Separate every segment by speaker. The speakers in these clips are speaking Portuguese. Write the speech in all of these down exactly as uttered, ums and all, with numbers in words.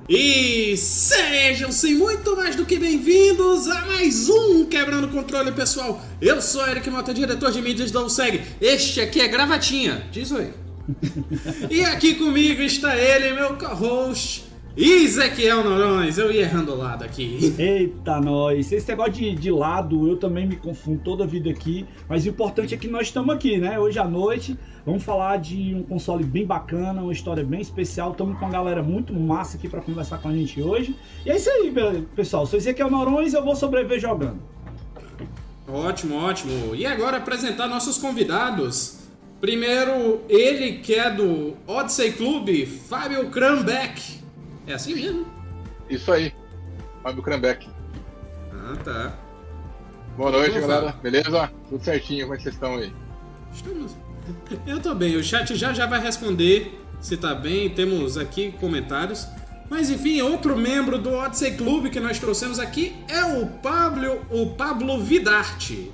Speaker 1: E sejam sim muito mais do que bem-vindos a mais um Quebrando o Controle, pessoal. Eu sou Eric Mota, diretor de mídias da U S E G. Este aqui é Gravatinha, diz oi. E aqui comigo está ele, meu co-host, Ezequiel Norões. Eu ia errando o lado aqui.
Speaker 2: Eita, nós. Esse negócio de, de lado, eu também me confundo toda a vida aqui. Mas o importante é que nós estamos aqui, né? Hoje à noite, vamos falar de um console bem bacana, uma história bem especial. Estamos com uma galera muito massa aqui para conversar com a gente hoje. E é isso aí, pessoal. Sou Ezequiel Norões e eu vou sobreviver jogando.
Speaker 1: Ótimo, ótimo. E agora apresentar nossos convidados. Primeiro, ele que é do Odyssey Clube, Fábio Cranbeck. É assim mesmo?
Speaker 3: Isso aí, Fábio Cranbeck.
Speaker 1: Ah, tá.
Speaker 3: Boa noite,
Speaker 1: Boa,
Speaker 3: galera.
Speaker 1: Fábio.
Speaker 3: Beleza? Tudo certinho, como é que vocês estão aí?
Speaker 1: Estamos... Eu tô bem, o chat já já vai responder se tá bem, temos aqui comentários. Mas enfim, outro membro do Odyssey Clube que nós trouxemos aqui é o Pablo, o Pablo Vidarte.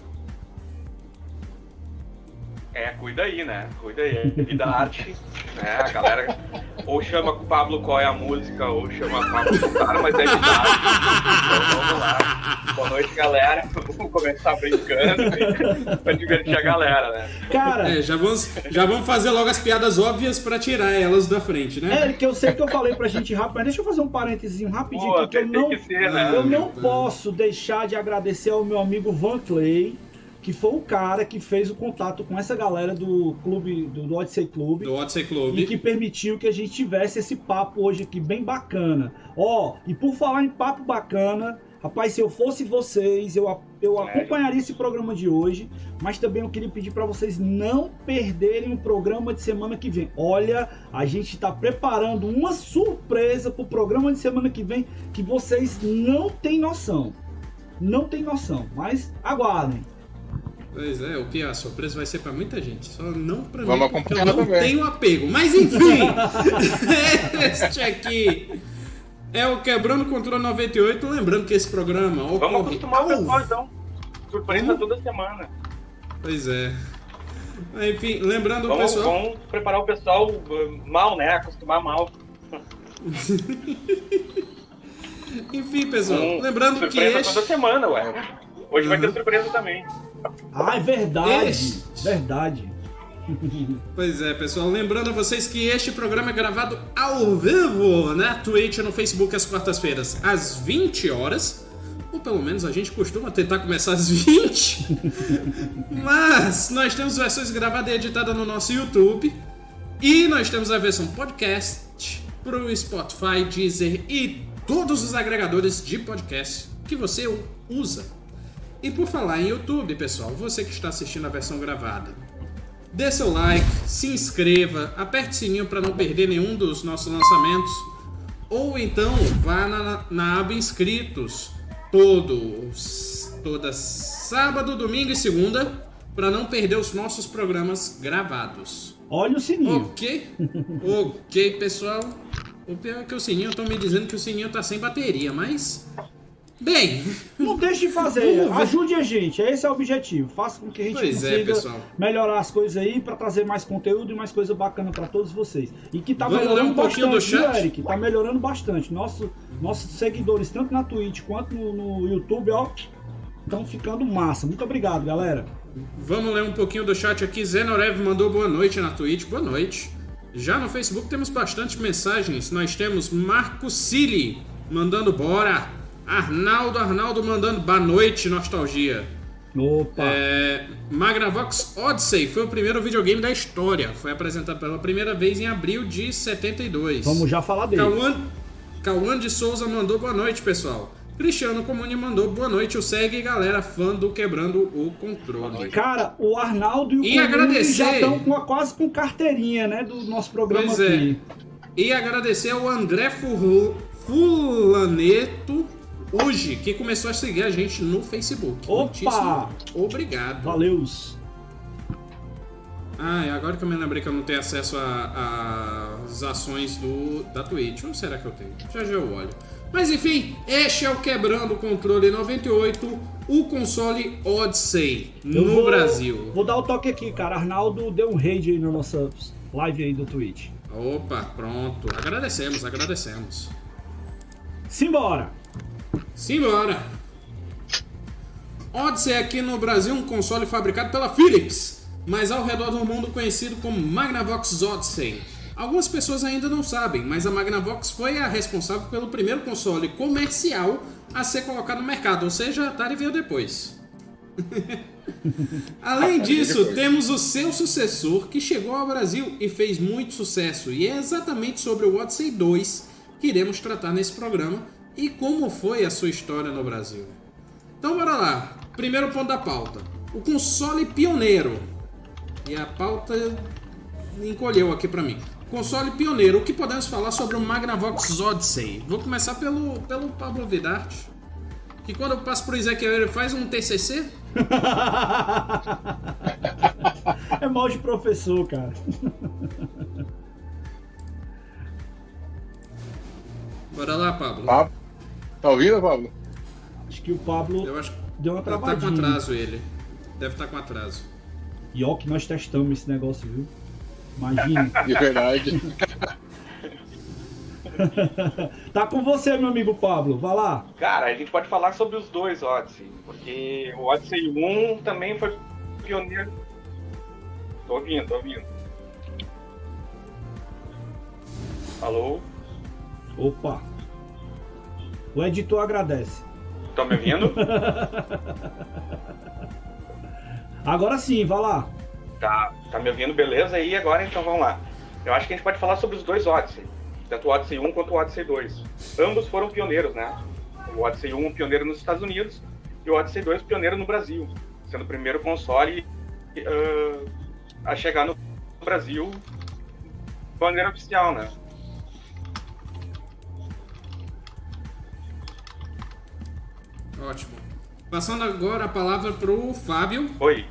Speaker 4: É, cuida aí, né? Cuida aí. Vida arte, né? A galera ou chama o Pablo qual é a música, ou chama o Pablo Guitarra, mas é vida arte. Então vamos lá. Boa noite, galera. Vamos começar brincando pra divertir a galera, né?
Speaker 2: Cara,
Speaker 1: É, já vamos, já vamos fazer logo as piadas óbvias pra tirar elas da frente, né?
Speaker 2: Eric, eu sei que eu falei pra gente rápido, mas deixa eu fazer um parênteses rapidinho
Speaker 4: Pô,
Speaker 2: aqui, que eu
Speaker 4: tem, tem
Speaker 2: não,
Speaker 4: que ser, né?
Speaker 2: eu não posso deixar de agradecer ao meu amigo Van Clay, que foi o cara que fez o contato com essa galera do clube, do, do Odyssey Clube.
Speaker 1: Do Odyssey
Speaker 2: E
Speaker 1: Clube.
Speaker 2: que permitiu que a gente tivesse esse papo hoje aqui bem bacana. Ó, e por falar em papo bacana, rapaz, se eu fosse vocês, eu, eu acompanharia esse programa de hoje, mas também eu queria pedir para vocês não perderem o programa de semana que vem. Olha, a gente tá preparando uma surpresa pro programa de semana que vem que vocês não têm noção. Não tem noção, mas aguardem.
Speaker 1: Pois é, o que a surpresa vai ser pra muita gente, só não pra
Speaker 3: Vamos
Speaker 1: mim, porque eu
Speaker 3: acompanhar
Speaker 1: não
Speaker 3: também.
Speaker 1: tenho apego. Mas enfim, este aqui é o Quebrando o Controle noventa e oito, lembrando que esse programa
Speaker 4: Vamos
Speaker 1: ocorre
Speaker 4: acostumar o
Speaker 1: ao...
Speaker 4: pessoal, então. Surpresa
Speaker 1: Como?
Speaker 4: toda semana.
Speaker 1: Pois é. Enfim, lembrando o
Speaker 4: Vamos,
Speaker 1: pessoal...
Speaker 4: vamos preparar o pessoal uh, mal, né? Acostumar mal.
Speaker 1: Enfim, pessoal,
Speaker 4: Hum,
Speaker 1: lembrando que
Speaker 4: surpresa
Speaker 1: este...
Speaker 4: toda semana, ué. Hoje vai
Speaker 1: Uhum.
Speaker 4: ter surpresa também.
Speaker 2: Ah, é verdade,
Speaker 1: Este.
Speaker 2: verdade.
Speaker 1: Pois é, pessoal, lembrando a vocês que este programa é gravado ao vivo na Twitch e no Facebook às quartas-feiras, às vinte horas. Ou pelo menos a gente costuma tentar começar às vinte. Mas nós temos versões gravadas e editadas no nosso YouTube. E nós temos a versão podcast pro Spotify, Deezer e todos os agregadores de podcast que você usa. E por falar em YouTube, pessoal, você que está assistindo a versão gravada, dê seu like, se inscreva, aperte o sininho para não perder nenhum dos nossos lançamentos, ou então vá na, na aba inscritos todos, toda sábado, domingo e segunda, para não perder os nossos programas gravados.
Speaker 2: Olha o sininho.
Speaker 1: Ok? Ok, pessoal. O pior é que o sininho, estão me dizendo que o sininho tá sem bateria, mas... Bem...
Speaker 2: Não deixe de fazer,
Speaker 1: Vamos ver.
Speaker 2: ajude a gente, esse é o objetivo. Faça com que a gente
Speaker 1: Pois é,
Speaker 2: consiga
Speaker 1: pessoal.
Speaker 2: melhorar as coisas aí pra trazer mais conteúdo e mais coisa bacana pra todos vocês. E que tá
Speaker 1: Vamos ler
Speaker 2: melhorando
Speaker 1: um pouquinho
Speaker 2: bastante,
Speaker 1: do
Speaker 2: viu,
Speaker 1: chat?
Speaker 2: Eric? Tá melhorando bastante. Nosso, nossos seguidores, tanto na Twitch quanto no, no YouTube, ó, estão ficando massa. Muito obrigado, galera.
Speaker 1: Vamos ler um pouquinho do chat aqui. Zenorev mandou boa noite na Twitch. Boa noite. Já no Facebook temos bastante mensagens. Nós temos Marco Cili mandando bora. Arnaldo, Arnaldo mandando boa noite, nostalgia.
Speaker 2: Opa!
Speaker 1: É, Magnavox Odyssey foi o primeiro videogame da história. Foi apresentado pela primeira vez em abril de setenta e dois.
Speaker 2: Vamos já falar dele.
Speaker 1: Cauã, Cauã de Souza mandou boa noite, pessoal. Cristiano Comuni mandou boa noite. O segue, galera, fã do Quebrando o Controle.
Speaker 2: Cara, o Arnaldo e o
Speaker 1: E
Speaker 2: Comuni
Speaker 1: agradecer-
Speaker 2: já estão com a- quase com carteirinha, né, do nosso programa
Speaker 1: Pois é.
Speaker 2: aqui.
Speaker 1: E agradecer ao André Furl- Fulaneto Uji, que começou a seguir a gente no Facebook.
Speaker 2: Opa!
Speaker 1: Muitíssimo obrigado.
Speaker 2: Valeus.
Speaker 1: Ah, e agora que eu me lembrei que eu não tenho acesso às ações do, da Twitch. Ou será que eu tenho? Já já eu olho. Mas enfim, este é o Quebrando o Controle noventa e oito, o console Odyssey
Speaker 2: Eu
Speaker 1: no
Speaker 2: vou-
Speaker 1: Brasil.
Speaker 2: Vou dar o toque aqui, cara. Arnaldo deu um raid aí na nossa live aí do Twitch.
Speaker 1: Opa, pronto. Agradecemos, agradecemos.
Speaker 2: Simbora!
Speaker 1: Simbora! Odyssey aqui no Brasil, um console fabricado pela Philips, mas ao redor do mundo conhecido como Magnavox Odyssey. Algumas pessoas ainda não sabem, mas a Magnavox foi a responsável pelo primeiro console comercial a ser colocado no mercado, ou seja, a Atari veio depois. Além disso, temos o seu sucessor que chegou ao Brasil e fez muito sucesso, e é exatamente sobre o Odyssey dois que iremos tratar nesse programa e como foi a sua história no Brasil. Então bora lá, primeiro ponto da pauta, o console pioneiro, e a pauta encolheu aqui pra mim. Console pioneiro, o que podemos falar sobre o Magnavox Odyssey? Vou começar pelo, pelo Pablo Vidarte, que quando eu passo pro Ezequiel ele faz um T C C.
Speaker 2: É mal de professor, cara.
Speaker 1: Bora lá, Pablo.
Speaker 3: Pablo? Tá ouvindo, Pablo?
Speaker 2: Acho que o Pablo
Speaker 1: Eu acho que
Speaker 2: deu uma
Speaker 1: deve
Speaker 2: travadinha.
Speaker 1: estar com atraso ele. Deve estar com atraso.
Speaker 2: E ó que nós testamos esse negócio, viu? Imagina.
Speaker 3: De verdade.
Speaker 2: Tá com você, meu amigo Pablo. Vai lá.
Speaker 4: Cara, a gente pode falar sobre os dois Odyssey, porque o Odyssey um também foi pioneiro. Tô ouvindo, tô ouvindo. Alô?
Speaker 2: Opa. O editor agradece.
Speaker 4: Estão me ouvindo?
Speaker 2: Agora sim, vai lá.
Speaker 4: Tá, tá me ouvindo, beleza? E agora então vamos lá. Eu acho que a gente pode falar sobre os dois Odyssey, tanto o Odyssey um quanto o Odyssey dois. Ambos foram pioneiros, né? O Odyssey um pioneiro nos Estados Unidos e o Odyssey dois pioneiro no Brasil, sendo o primeiro console uh, a chegar no Brasil de maneira oficial, né?
Speaker 1: Ótimo. Passando agora a palavra pro Fábio.
Speaker 4: Oi.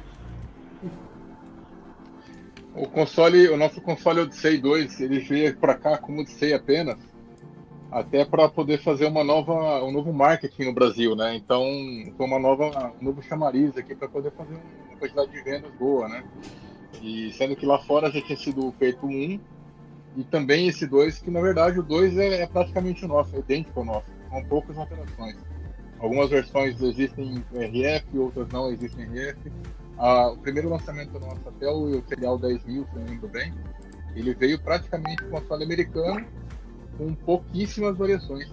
Speaker 3: O console, o nosso console Odyssey dois, ele veio para cá como Odyssey apenas, até para poder fazer uma nova, um novo marketing no Brasil, né? Então, foi uma nova, um novo chamariz aqui para poder fazer uma quantidade de vendas boa, né? E sendo que lá fora já tinha sido feito um, e também esse dois, que na verdade o dois é, é praticamente o nosso, é idêntico ao nosso, com poucas alterações. Algumas versões existem em R F, outras não existem em R F. Ah, o primeiro lançamento nosso, até o serial dez mil, se eu lembro bem, ele veio praticamente com console americano, com pouquíssimas variações.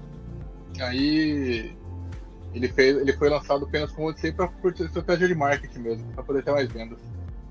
Speaker 3: Aí ele, fez, ele foi lançado apenas com o Odyssey para por estratégia de marketing mesmo, para poder ter mais vendas.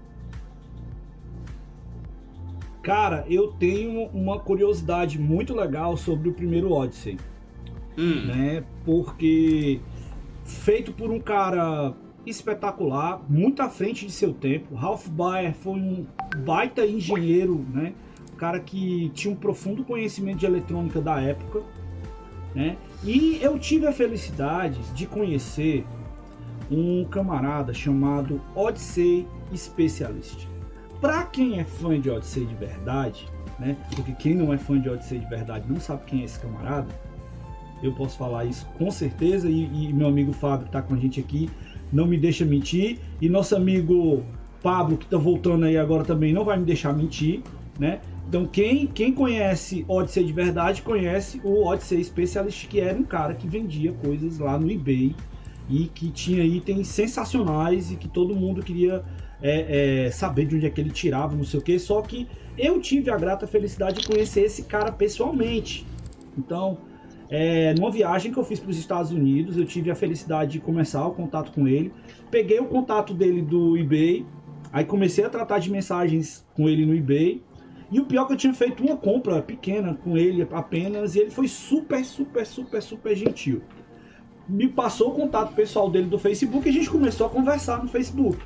Speaker 2: Cara, eu tenho uma curiosidade muito legal sobre o primeiro Odyssey.
Speaker 1: Hum.
Speaker 2: Né? Porque feito por um cara espetacular, muito à frente de seu tempo. Ralph Baer foi um baita engenheiro, né? Um cara que tinha um profundo conhecimento de eletrônica da época, né? E eu tive a felicidade de conhecer um camarada chamado Odyssey Specialist. Para quem é fã de Odyssey de verdade, né? Porque quem não é fã de Odyssey de verdade não sabe quem é esse camarada. Eu posso falar isso com certeza, e, e meu amigo Fábio que está com a gente aqui não me deixa mentir, e nosso amigo Pablo que está voltando aí agora também não vai me deixar mentir, né? Então quem, quem conhece Odyssey de verdade conhece o Odyssey Specialist, que era um cara que vendia coisas lá no eBay e que tinha itens sensacionais e que todo mundo queria é, é, saber de onde é que ele tirava, não sei o que. Só que eu tive a grata felicidade de conhecer esse cara pessoalmente. Então, É, numa viagem que eu fiz para os Estados Unidos, eu tive a felicidade de começar o contato com ele. Peguei o contato dele do eBay, aí comecei a tratar de mensagens com ele no eBay. E o pior é que eu tinha feito uma compra pequena com ele apenas, e ele foi super, super, super, super gentil. Me passou o contato pessoal dele do Facebook e a gente começou a conversar no Facebook.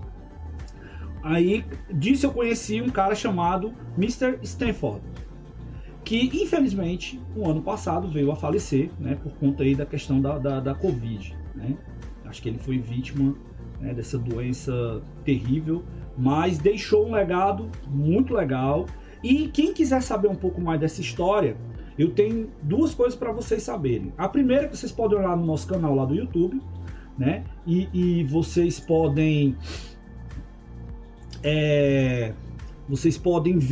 Speaker 2: Aí disso eu conheci um cara chamado mister Stanford, que infelizmente no ano passado veio a falecer, né, por conta aí da questão da, da, da Covid, né? Acho que ele foi vítima, né, dessa doença terrível, mas deixou um legado muito legal. E quem quiser saber um pouco mais dessa história, eu tenho duas coisas para vocês saberem. A primeira é que vocês podem olhar no nosso canal lá do YouTube, né, e, e vocês podem é, vocês podem ver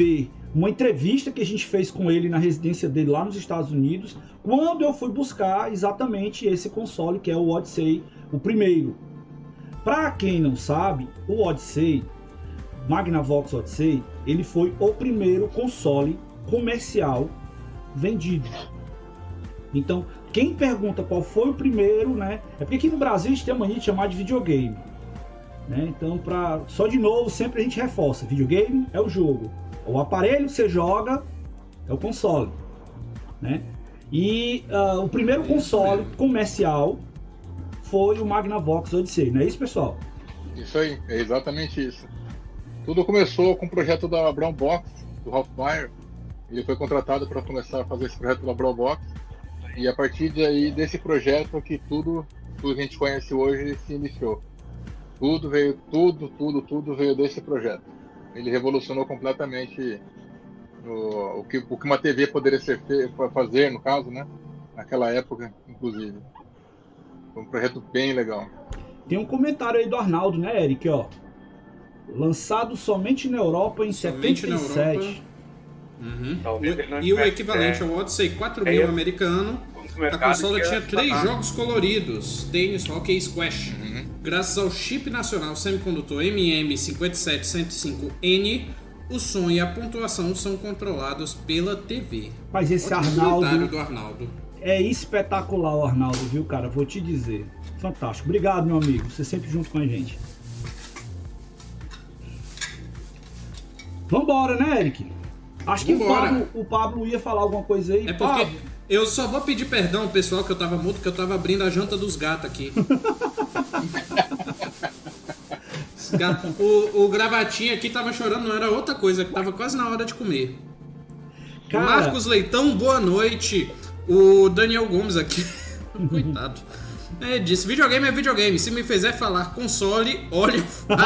Speaker 2: uma entrevista que a gente fez com ele na residência dele lá nos Estados Unidos, quando eu fui buscar exatamente esse console que é o Odyssey, o primeiro. Para quem não sabe, o Odyssey, Magnavox Odyssey, ele foi o primeiro console comercial vendido. Então, quem pergunta qual foi o primeiro, né? É porque aqui no Brasil a gente tem a mania de chamar de videogame, né? Então, pra, só de novo, sempre a gente reforça: videogame é o jogo, o aparelho que você joga é o console, né? E uh, o primeiro console comercial foi o Magnavox Odyssey, não é isso, pessoal?
Speaker 3: Isso aí, é exatamente isso. Tudo começou com o projeto da Brown Box, do Ralph Baer. Ele foi contratado para começar a fazer esse projeto da Brown Box. E a partir daí, desse projeto que tudo, tudo que a gente conhece hoje se iniciou. Tudo veio, tudo, tudo, tudo veio desse projeto. Ele revolucionou completamente o, o, que, o que uma T V poderia ser, fazer, no caso, né? Naquela época, inclusive. Foi um projeto bem legal.
Speaker 2: Tem um comentário aí do Arnaldo, né, Eric? Ó, lançado somente na Europa em somente setenta e sete. Na Europa.
Speaker 1: Uhum. E o equivalente ao Odyssey quatro mil é, americano, a consola tinha três jogos coloridos: tênis, hockey e squash. Uhum. Graças ao chip nacional semicondutor M M cinco sete zero cinco N, o som e a pontuação são controlados pela T V.
Speaker 2: Mas esse Arnaldo,
Speaker 1: do Arnaldo
Speaker 2: é espetacular, o Arnaldo, viu, cara? Vou te dizer. Fantástico. Obrigado, meu amigo. Você sempre junto com a gente. Vambora, né, Eric? Acho que o Pablo, o Pablo ia falar alguma coisa aí.
Speaker 1: É porque
Speaker 2: Pablo.
Speaker 1: Eu só vou pedir perdão ao pessoal que eu tava mudo, que eu tava abrindo a janta dos gatos aqui. o, o gravatinho aqui tava chorando, não era outra coisa, que tava quase na hora de comer. Cara... Marcos Leitão, boa noite. O Daniel Gomes aqui, coitado. É, disse, videogame é videogame. Se me fizer falar console, olha.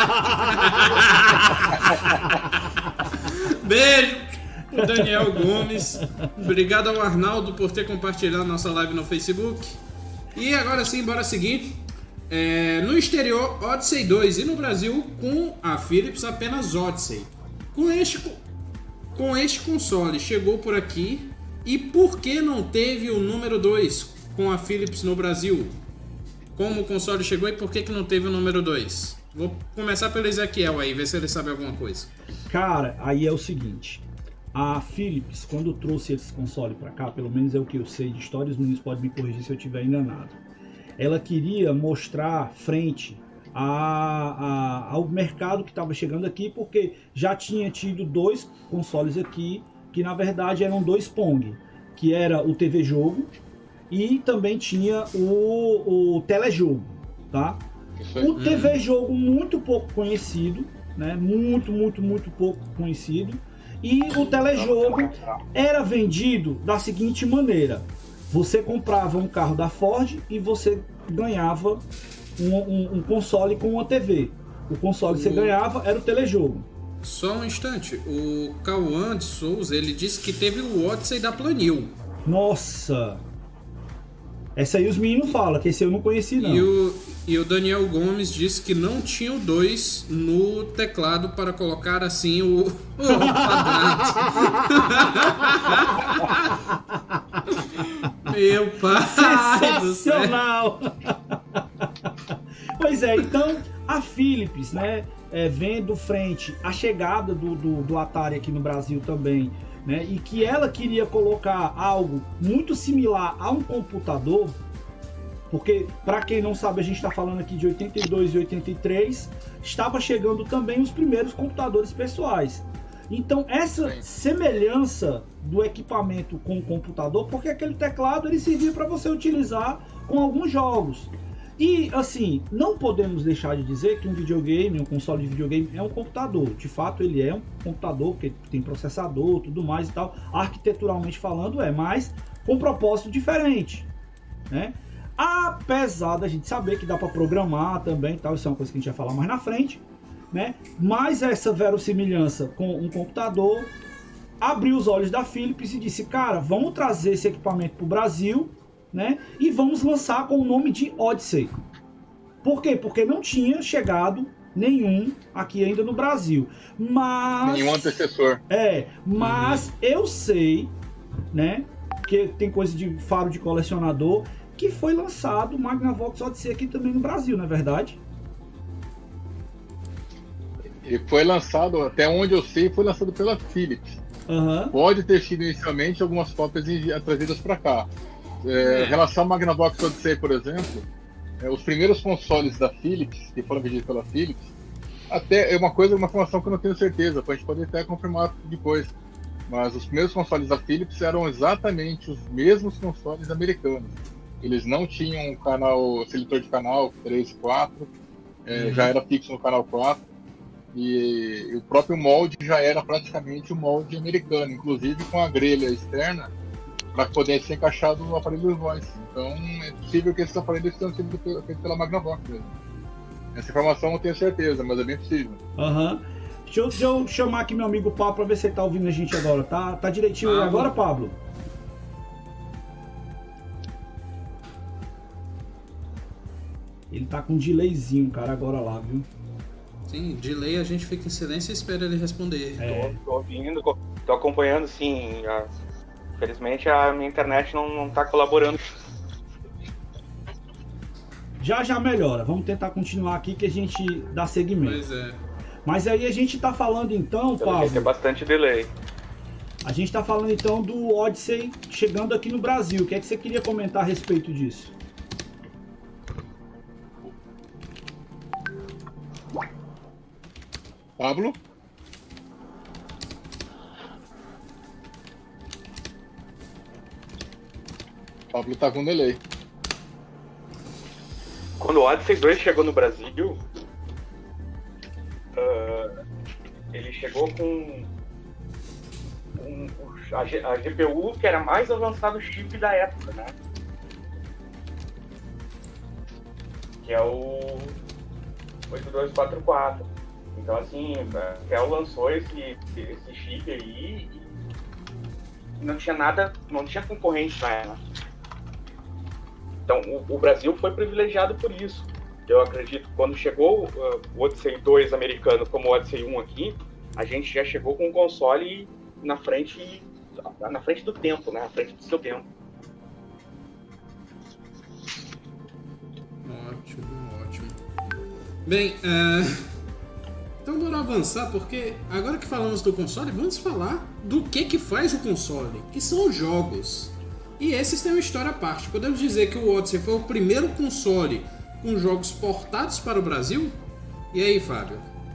Speaker 1: Beijo. Daniel Gomes, obrigado ao Arnaldo por ter compartilhado nossa live no Facebook. E agora sim, bora seguir. É, no exterior, Odyssey dois, e no Brasil, com a Philips, apenas Odyssey. Com este, com este console, chegou por aqui. E por que não teve o número dois com a Philips no Brasil? Como o console chegou e por que, que não teve o número dois? Vou começar pelo Ezequiel aí, ver se ele sabe alguma coisa.
Speaker 2: Cara, aí é o seguinte. A Philips, quando trouxe esse console para cá, pelo menos é o que eu sei de histórias, os meninos podem me corrigir se eu estiver enganado. Ela queria mostrar frente a, a, ao mercado que estava chegando aqui, porque já tinha tido dois consoles aqui, que na verdade eram dois Pong, que era o T V Jogo e também tinha o, o Telejogo, tá? O T V Jogo muito pouco conhecido, né? Muito, muito, muito pouco conhecido. E o telejogo era vendido da seguinte maneira: você comprava um carro da Ford e você ganhava um, um, um console com uma T V. O console que você ganhava era o telejogo.
Speaker 1: Só um instante, o Cauã de Souza, ele disse que teve o Odyssey da Planil.
Speaker 2: Nossa! Essa aí os meninos falam, que esse eu não conheci não.
Speaker 1: E o, e o Daniel Gomes disse que não tinha o dois no teclado para colocar assim o, o quadrado. Meu pai do céu.
Speaker 2: Sensacional! Pois é, então a Philips, né, é, vendo frente a chegada do, do, do Atari aqui no Brasil também, né, e que ela queria colocar algo muito similar a um computador, porque, para quem não sabe, a gente está falando aqui de oitenta e dois e oitenta e três, estava chegando também os primeiros computadores pessoais. Então, essa Sim. semelhança do equipamento com o computador, porque aquele teclado ele servia para você utilizar com alguns jogos. E, assim, não podemos deixar de dizer que um videogame, um console de videogame é um computador. De fato, ele é um computador, porque tem processador, tudo mais e tal. Arquiteturalmente falando, é, mas com propósito diferente, né? Apesar da gente saber que dá para programar também, tal, isso é uma coisa que a gente vai falar mais na frente, né? Mas essa verossimilhança com um computador abriu os olhos da Philips e disse, cara, vamos trazer esse equipamento para o Brasil, né? E vamos lançar com o nome de Odyssey. Por quê? Porque não tinha chegado nenhum aqui ainda no Brasil. Mas...
Speaker 3: Nenhum antecessor.
Speaker 2: É, mas uhum. eu sei, né, que tem coisa de faro de colecionador, que foi lançado o Magnavox Odyssey aqui também no Brasil, não é verdade?
Speaker 3: E foi lançado, até onde eu sei, foi lançado pela Philips.
Speaker 2: Uhum.
Speaker 3: Pode ter sido inicialmente algumas cópias trazidas para cá. É, em relação ao Magnavox Odyssey, por exemplo, é, os primeiros consoles da Philips, que foram vendidos pela Philips, até é uma coisa, uma informação que eu não tenho certeza, a gente pode até confirmar depois, mas os primeiros consoles da Philips eram exatamente os mesmos consoles americanos. Eles não tinham canal, seletor de canal três, quatro, é, uhum. já era fixo no canal quatro. E, e o próprio molde já era praticamente o molde americano, inclusive com a grelha externa para poder ser encaixado no aparelho do voice. Então é possível que esses aparelhos tenham sido feitos pela Magnavox mesmo. Essa informação eu não tenho certeza, mas é bem possível.
Speaker 2: Aham. Uhum. Deixa, deixa eu chamar aqui meu amigo Pablo para ver se ele tá ouvindo a gente agora. Tá, tá direitinho ah, agora, Pablo? Ele tá com um delayzinho, cara, agora lá, viu?
Speaker 1: Sim, delay, a gente fica em silêncio e espera ele responder.
Speaker 4: É. Tô, tô ouvindo, tô acompanhando, sim. A... Infelizmente a minha internet não, não tá colaborando.
Speaker 2: Já já melhora, vamos tentar continuar aqui que a gente dá seguimento.
Speaker 1: Pois é.
Speaker 2: Mas aí a gente tá falando então,
Speaker 4: Pelo
Speaker 2: Pablo...
Speaker 4: Tem bastante delay.
Speaker 2: A gente tá falando então do Odyssey chegando aqui no Brasil. O que é que você queria comentar a respeito disso?
Speaker 3: Pablo? Pablo tá com delay.
Speaker 4: Quando o Odyssey dois chegou no Brasil, uh, ele chegou com um, a, G, a G P U que era mais avançado chip da época, né? Que é o oito dois quatro quatro. Então, assim, a Intel lançou esse, esse chip aí e não tinha nada, não tinha concorrente pra ela. Então, o, o Brasil foi privilegiado por isso. Eu acredito que quando chegou uh, o Odyssey dois americano como o Odyssey um aqui, a gente já chegou com o console na frente, na frente do tempo, né? Na frente do seu tempo.
Speaker 1: Ótimo, ótimo. Bem, uh... então bora avançar, porque agora que falamos do console, vamos falar do que que faz o console, que são os jogos. E esses têm uma história à parte. Podemos dizer que o Odyssey foi o primeiro console com jogos portados para o Brasil? E aí, Fábio?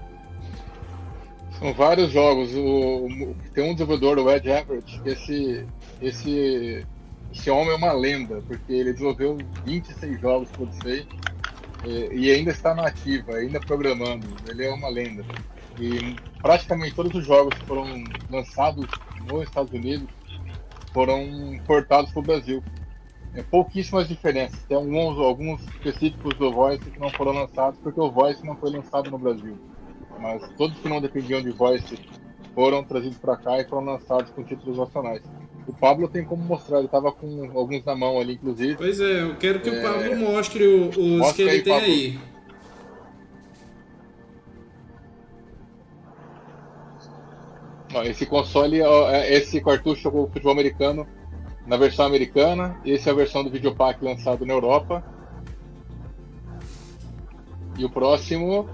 Speaker 3: São vários jogos. O, o, tem um desenvolvedor, o Ed Everett, esse, esse, esse homem é uma lenda, porque ele desenvolveu vinte e seis jogos para o Odyssey e, e ainda está na ativa, ainda programando. Ele é uma lenda. E praticamente todos os jogos que foram lançados nos Estados Unidos foram portados para o Brasil. É, pouquíssimas diferenças. Tem alguns, alguns específicos do Voice que não foram lançados porque o Voice não foi lançado no Brasil. Mas todos que não dependiam de Voice foram trazidos para cá e foram lançados com títulos nacionais. O Pablo tem como mostrar, ele estava com alguns na mão ali, inclusive.
Speaker 1: Pois é, eu quero que é... o Pablo mostre os Mostra que ele aí, tem Pablo. Aí.
Speaker 3: Esse console, esse cartucho jogou o futebol americano na versão americana, esse é a versão do Videopack lançado na Europa. E o próximo,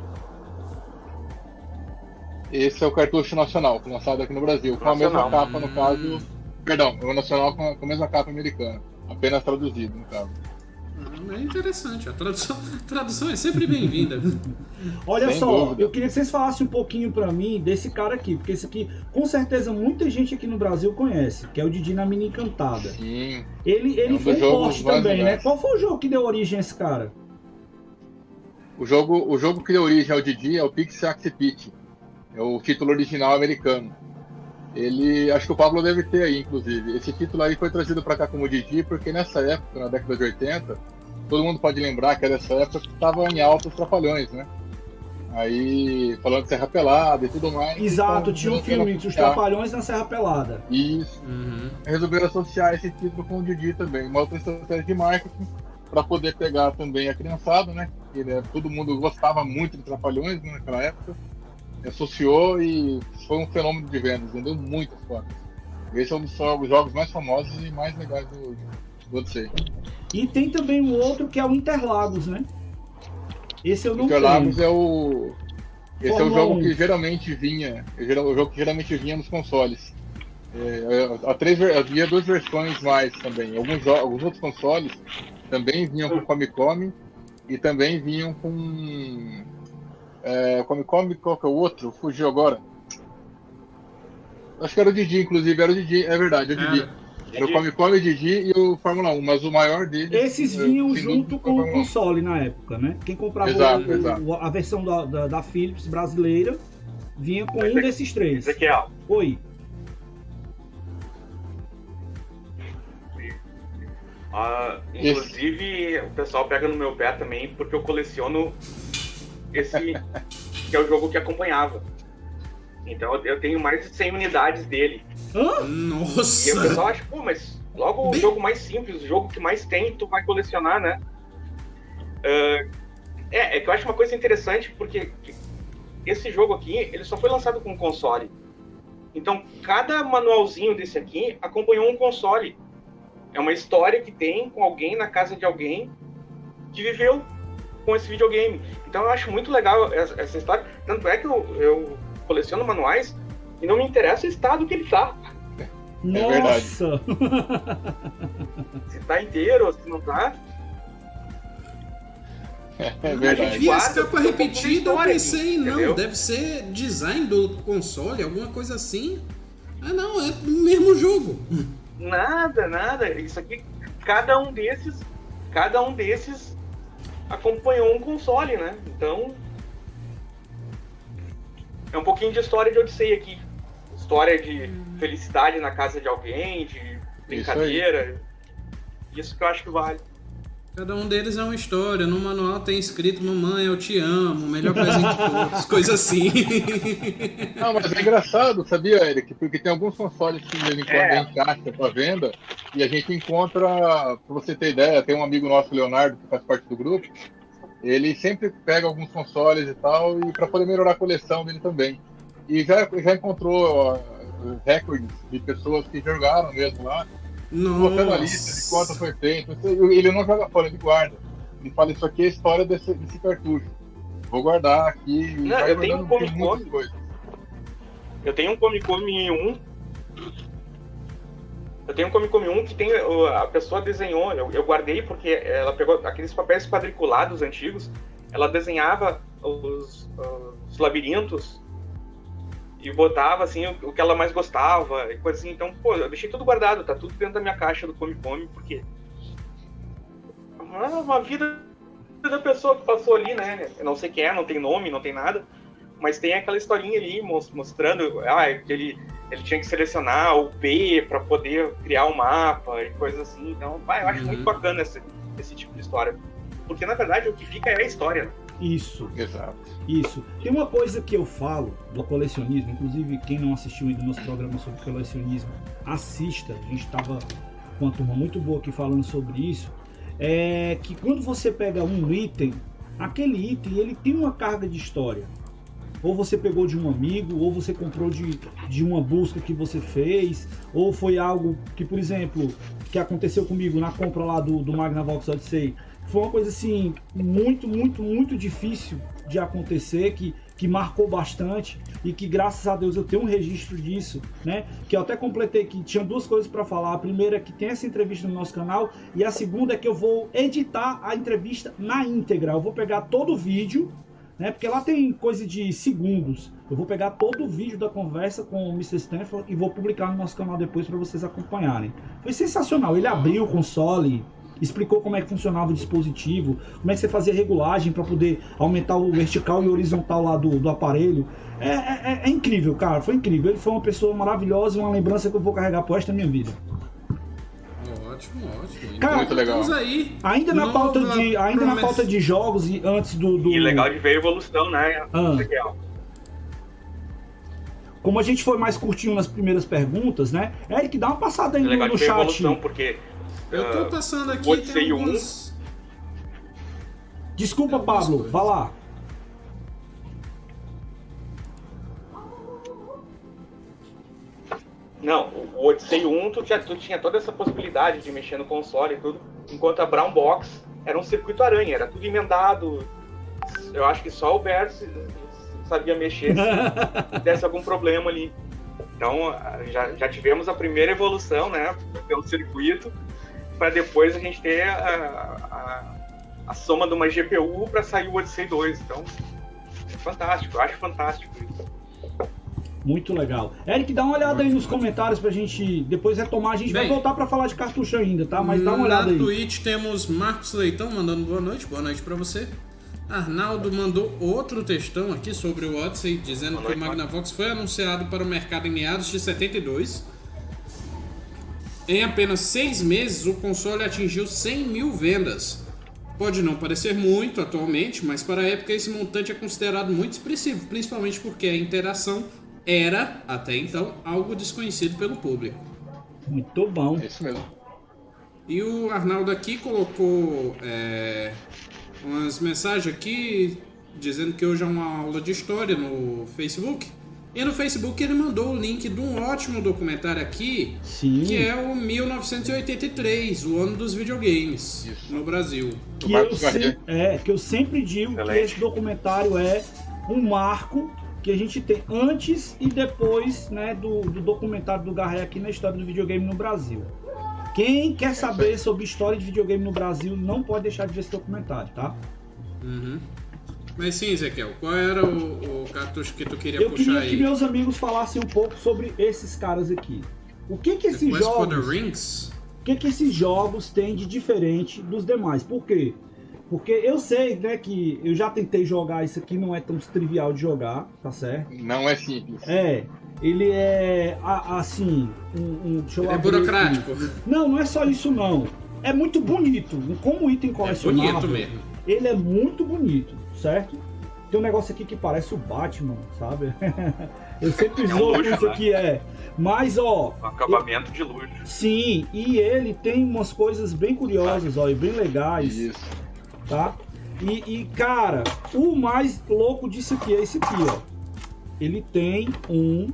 Speaker 3: esse é o cartucho nacional, lançado aqui no Brasil, com nacional. A mesma capa, no caso, perdão, o nacional com a mesma capa americana, apenas traduzido, no caso.
Speaker 1: É interessante, a tradução, a tradução é sempre bem-vinda.
Speaker 2: Olha
Speaker 3: Sem
Speaker 2: só,
Speaker 3: dúvida.
Speaker 2: Eu queria que vocês falassem um pouquinho pra mim desse cara aqui, porque esse aqui, com certeza, muita gente aqui no Brasil conhece, que é o Didi na Mini Encantada.
Speaker 3: Sim.
Speaker 2: Ele, ele
Speaker 3: é um
Speaker 2: foi um porte também,
Speaker 3: legais.
Speaker 2: né? Qual foi o jogo que deu origem a esse cara?
Speaker 3: O jogo, o jogo que deu origem ao Didi é o Pixie Axe Pit, é o título original americano. Ele, acho que o Pablo deve ter aí, inclusive. Esse título aí foi trazido pra cá como Didi, porque nessa época, na década de oitenta, todo mundo pode lembrar que era essa época que estava em alta os Trapalhões, né? Aí, falando de Serra Pelada e tudo mais.
Speaker 2: Exato,
Speaker 3: então,
Speaker 2: tinha um filme, Os Trapalhões na Serra Pelada.
Speaker 3: Isso.
Speaker 1: Uhum.
Speaker 3: Resolveram associar esse título com o Didi também. Uma outra estratégia de marketing para poder pegar também a criançada, né? porque né, todo mundo gostava muito de Trapalhões né, naquela época, associou e foi um fenômeno de vendas, vendeu muitas cópias. Esse é um dos jogos mais famosos e mais legais do, do Odyssey.
Speaker 2: E tem também um outro que é o Interlagos, né? Esse eu não
Speaker 3: Interlagos
Speaker 2: tenho.
Speaker 3: é o... Esse
Speaker 2: Fórmula
Speaker 3: é o jogo
Speaker 2: um.
Speaker 3: que geralmente vinha, o jogo que geralmente vinha nos consoles. É, a três, havia duas versões mais também. Alguns, alguns outros consoles também vinham com Famicom e também vinham com é, Famicom, qual que é o outro? Fugiu agora. Acho que era o Didi, inclusive, era o Didi, é verdade, é o Didi.
Speaker 1: Ah,
Speaker 3: era o Famicom, o Didi e o Fórmula um, mas o maior deles...
Speaker 2: Esses vinham
Speaker 3: é,
Speaker 2: junto com o console na época, né? Quem comprava
Speaker 3: exato,
Speaker 2: o,
Speaker 3: exato.
Speaker 2: O, a versão da, da, da Philips brasileira vinha com
Speaker 4: Mas
Speaker 2: um
Speaker 4: é-
Speaker 2: desses três.
Speaker 4: Ezequiel,
Speaker 2: Oi.
Speaker 4: ah, inclusive o pessoal pega no meu pé também porque eu coleciono esse que é o jogo que acompanhava. Então eu tenho mais de cem unidades dele.
Speaker 2: Hã?
Speaker 4: E o pessoal
Speaker 1: Nossa!
Speaker 4: acha, pô, mas logo o
Speaker 1: Bem-
Speaker 4: jogo mais simples, o jogo que mais tem, tu vai colecionar, né? Ah, é, é que eu acho uma coisa interessante porque esse jogo aqui, ele só foi lançado com console. Então, cada manualzinho desse aqui acompanhou um console. É uma história que tem com alguém na casa de alguém que viveu com esse videogame. Então, eu acho muito legal essa, essa história. Tanto é que eu, eu coleciono manuais e não me interessa o estado que ele tá.
Speaker 2: Nossa!
Speaker 4: Se tá inteiro ou se não tá.
Speaker 3: É verdade.
Speaker 1: Eu vi essa
Speaker 4: Guarda,
Speaker 1: capa
Speaker 4: eu comprei
Speaker 1: repetida, eu
Speaker 4: história
Speaker 1: pensei,
Speaker 4: aqui,
Speaker 1: não,
Speaker 4: entendeu?
Speaker 1: deve ser design do console, alguma coisa assim. Ah não, é o mesmo jogo.
Speaker 4: Nada, nada. Isso aqui, cada um desses, cada um desses acompanhou um console, né? Então, é um pouquinho de história de Odyssey aqui. História de felicidade na casa de alguém, de brincadeira. Isso que eu acho que vale.
Speaker 1: Cada um deles é uma história. No manual tem escrito: Mamãe, eu te amo, melhor presente de todos. Coisa assim.
Speaker 3: Não, mas é engraçado, sabia, Eric? Porque tem alguns consoles que de vez em quando
Speaker 4: É.
Speaker 3: é. em caixa para venda e a gente encontra, pra você ter ideia, tem um amigo nosso, Leonardo, que faz parte do grupo, ele sempre pega alguns consoles e tal, e para poder melhorar a coleção dele também. E já, já encontrou ó, recordes de pessoas que jogaram mesmo lá, colocando a lista de quanto foi feito. Ele não joga fora, ele guarda. Ele fala, isso aqui é a história desse, desse cartucho. Vou guardar aqui.
Speaker 4: Não,
Speaker 3: vai
Speaker 4: eu tenho um
Speaker 3: guardando muitas
Speaker 4: Comic-Con.
Speaker 3: coisas.
Speaker 4: Eu tenho um Famicom um. Eu tenho um Famicom um que tem. A pessoa desenhou, eu, eu guardei porque ela pegou aqueles papéis quadriculados antigos, ela desenhava os, os labirintos e botava assim o, o que ela mais gostava e coisa assim. Então, pô, eu deixei tudo guardado, tá tudo dentro da minha caixa do Famicom, porque é uma vida da pessoa que passou ali, né? Eu não sei quem é, não tem nome, não tem nada. Mas tem aquela historinha ali mostrando ah, que ele, ele tinha que selecionar o P para poder criar um mapa e coisas assim. Então, pá, eu acho
Speaker 1: Uhum.
Speaker 4: muito bacana esse, esse tipo de história. Porque, na verdade, o que fica é a história.
Speaker 2: Isso,
Speaker 3: Exato.
Speaker 2: isso. Tem uma coisa que eu falo do colecionismo, inclusive quem não assistiu ainda do nosso programa sobre colecionismo, assista. A gente estava com uma turma muito boa aqui falando sobre isso. É que quando você pega um item, aquele item ele tem uma carga de história. Ou você pegou de um amigo, ou você comprou de, de uma busca que você fez, ou foi algo que, por exemplo, que aconteceu comigo na compra lá do, do Magnavox Odyssey. Foi uma coisa assim, muito, muito, muito difícil de acontecer, que, que marcou bastante e que, graças a Deus, eu tenho um registro disso, né? Que eu até completei que tinha duas coisas para falar. A primeira é que tem essa entrevista no nosso canal e a segunda é que eu vou editar a entrevista na íntegra. Eu vou pegar todo o vídeo, né? Porque lá tem coisa de segundos. Eu vou pegar todo o vídeo da conversa com o mister Stanford e vou publicar no nosso canal depois para vocês acompanharem. Foi sensacional. Ele abriu o console, explicou como é que funcionava o dispositivo, como é que você fazia regulagem para poder aumentar o vertical e horizontal lá do, do aparelho. É, é, é incrível, cara. Foi incrível. Ele foi uma pessoa maravilhosa e uma lembrança que eu vou carregar pro resto da minha vida.
Speaker 1: Ótimo, ótimo.
Speaker 2: Cara,
Speaker 3: muito legal.
Speaker 1: Estamos aí.
Speaker 2: Ainda na
Speaker 1: Nova
Speaker 2: pauta de, ainda na
Speaker 1: promessa.
Speaker 2: pauta de jogos e antes do, do...
Speaker 4: E legal de ver a evolução, né?
Speaker 2: Ah.
Speaker 4: Legal.
Speaker 2: Como a gente foi mais curtinho nas primeiras perguntas, né? Eric, dá uma passada aí
Speaker 4: É
Speaker 2: no,
Speaker 4: legal
Speaker 2: no
Speaker 4: de ver a
Speaker 2: chat.
Speaker 4: evolução, porque
Speaker 1: Eu tô
Speaker 4: ah,
Speaker 1: passando aqui,
Speaker 4: Odyssey
Speaker 1: tem
Speaker 4: um.
Speaker 1: algumas...
Speaker 2: Desculpa, Pablo, vá lá.
Speaker 4: Não, o Odyssey um, tu tinha, tu tinha toda essa possibilidade de mexer no console e tudo, enquanto a Brown Box era um circuito aranha, era tudo emendado. Eu acho que só o Bert sabia mexer se desse algum problema ali. Então, já, já tivemos a primeira evolução, né, pelo circuito, para depois a gente ter a, a, a soma de uma G P U para sair o Odyssey dois. Então, é fantástico, eu acho fantástico isso.
Speaker 2: Muito legal. Eric, dá uma olhada Muito aí nos comentários pra gente depois retomar. A gente Bem, vai voltar pra falar de cartucho ainda, tá? Mas dá uma olhada aí.
Speaker 1: Na Twitch temos Marcos Leitão mandando boa noite. Boa noite pra você. Arnaldo mandou outro textão aqui sobre o Odyssey, dizendo noite, que o Magnavox foi anunciado para o mercado em meados de setenta e dois. Em apenas seis meses, o console atingiu cem mil vendas. Pode não parecer muito atualmente, mas para a época esse montante é considerado muito expressivo, principalmente porque a interação era, até então, algo desconhecido pelo público.
Speaker 2: Muito bom.
Speaker 3: É isso mesmo.
Speaker 1: E o Arnaldo aqui colocou é, umas mensagens aqui dizendo que hoje é uma aula de história no Facebook. E no Facebook ele mandou o link de um ótimo documentário aqui,
Speaker 2: Sim.
Speaker 1: que é o mil novecentos e oitenta e três, o ano dos videogames Isso. no Brasil.
Speaker 2: Que eu, se, é, que eu sempre digo Excelente. que esse documentário é um marco que a gente tem antes e depois, né, do, do documentário do Garré aqui na história do videogame no Brasil. Quem quer saber sobre história de videogame no Brasil não pode deixar de ver esse documentário, tá?
Speaker 1: Uhum. Mas sim, Ezequiel, qual era o, o cartucho que tu queria
Speaker 2: Eu
Speaker 1: puxar aí? Eu
Speaker 2: queria que meus amigos falassem um pouco sobre esses caras aqui. O que que esses jogos...
Speaker 1: For the Rings?
Speaker 2: O que que esses jogos têm de diferente dos demais? Por quê? Porque eu sei, né, que eu já tentei jogar isso aqui, não é tão trivial de jogar, tá certo?
Speaker 3: Não é simples.
Speaker 2: É, ele é, assim, um... um deixa eu
Speaker 1: ele é burocrático.
Speaker 2: Aqui. Não, não é só isso não. É muito bonito, como item colecionável.
Speaker 1: É bonito mesmo.
Speaker 2: Ele é muito bonito, certo? Tem um negócio aqui que parece o Batman, sabe? Eu sempre
Speaker 4: é um
Speaker 2: jogo
Speaker 4: luxo,
Speaker 2: isso
Speaker 4: né?
Speaker 2: aqui, é. Mas, ó...
Speaker 4: Um acabamento eu... de luxo.
Speaker 2: Sim, e ele tem umas coisas bem curiosas, ó, e bem legais.
Speaker 3: Isso.
Speaker 2: Tá? E, e, cara, o mais louco disso aqui é esse aqui, ó. Ele tem um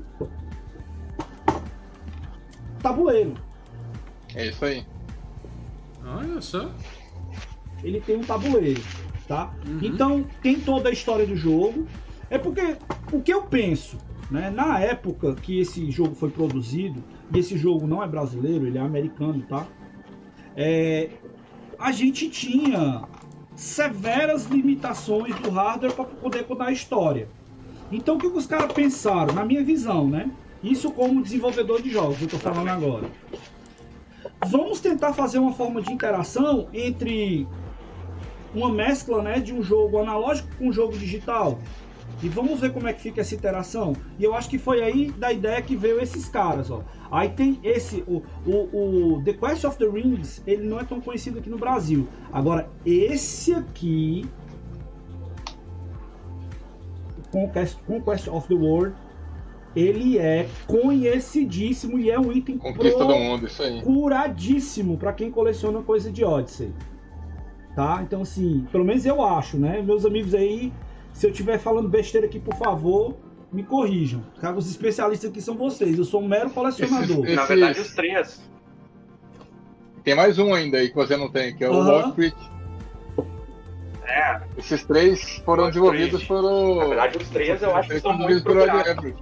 Speaker 2: tabuleiro.
Speaker 3: É isso aí.
Speaker 1: Olha só.
Speaker 2: Ele tem um tabuleiro, tá?
Speaker 1: Uhum.
Speaker 2: Então, tem toda a história do jogo. É porque, o que eu penso, né? Na época que esse jogo foi produzido, e esse jogo não é brasileiro, ele é americano, tá? É, a gente tinha severas limitações do hardware para poder contar a história. Então o que os caras pensaram, na minha visão, né? Isso como desenvolvedor de jogos, eu tô falando agora. Vamos tentar fazer uma forma de interação entre uma mescla, né, de um jogo analógico com um jogo digital. E vamos ver como é que fica essa interação. E eu acho que foi aí da ideia que veio esses caras, ó. Aí tem esse, o, o, o The Quest of the Rings, ele não é tão conhecido aqui no Brasil. Agora, esse aqui, Conquest, Conquest of the World, ele é conhecidíssimo e é um item
Speaker 3: Conquista do mundo, isso aí.
Speaker 2: Curadíssimo para quem coleciona coisa de Odyssey. Tá? Então, assim, pelo menos eu acho, né? Meus amigos aí, se eu estiver falando besteira aqui, por favor, me corrijam. Os especialistas aqui são vocês. Eu sou um mero colecionador.
Speaker 3: Esse, esse...
Speaker 4: Na verdade, os três.
Speaker 3: Tem mais um ainda aí que você não tem, que é o
Speaker 2: Uhum.
Speaker 3: Wall Street.
Speaker 4: É.
Speaker 3: Esses três foram
Speaker 4: Wall
Speaker 3: desenvolvidos
Speaker 4: Street.
Speaker 3: pelo...
Speaker 4: Na verdade, os três eu acho que são muito
Speaker 3: pelo Ed
Speaker 4: procurados.
Speaker 3: Everett.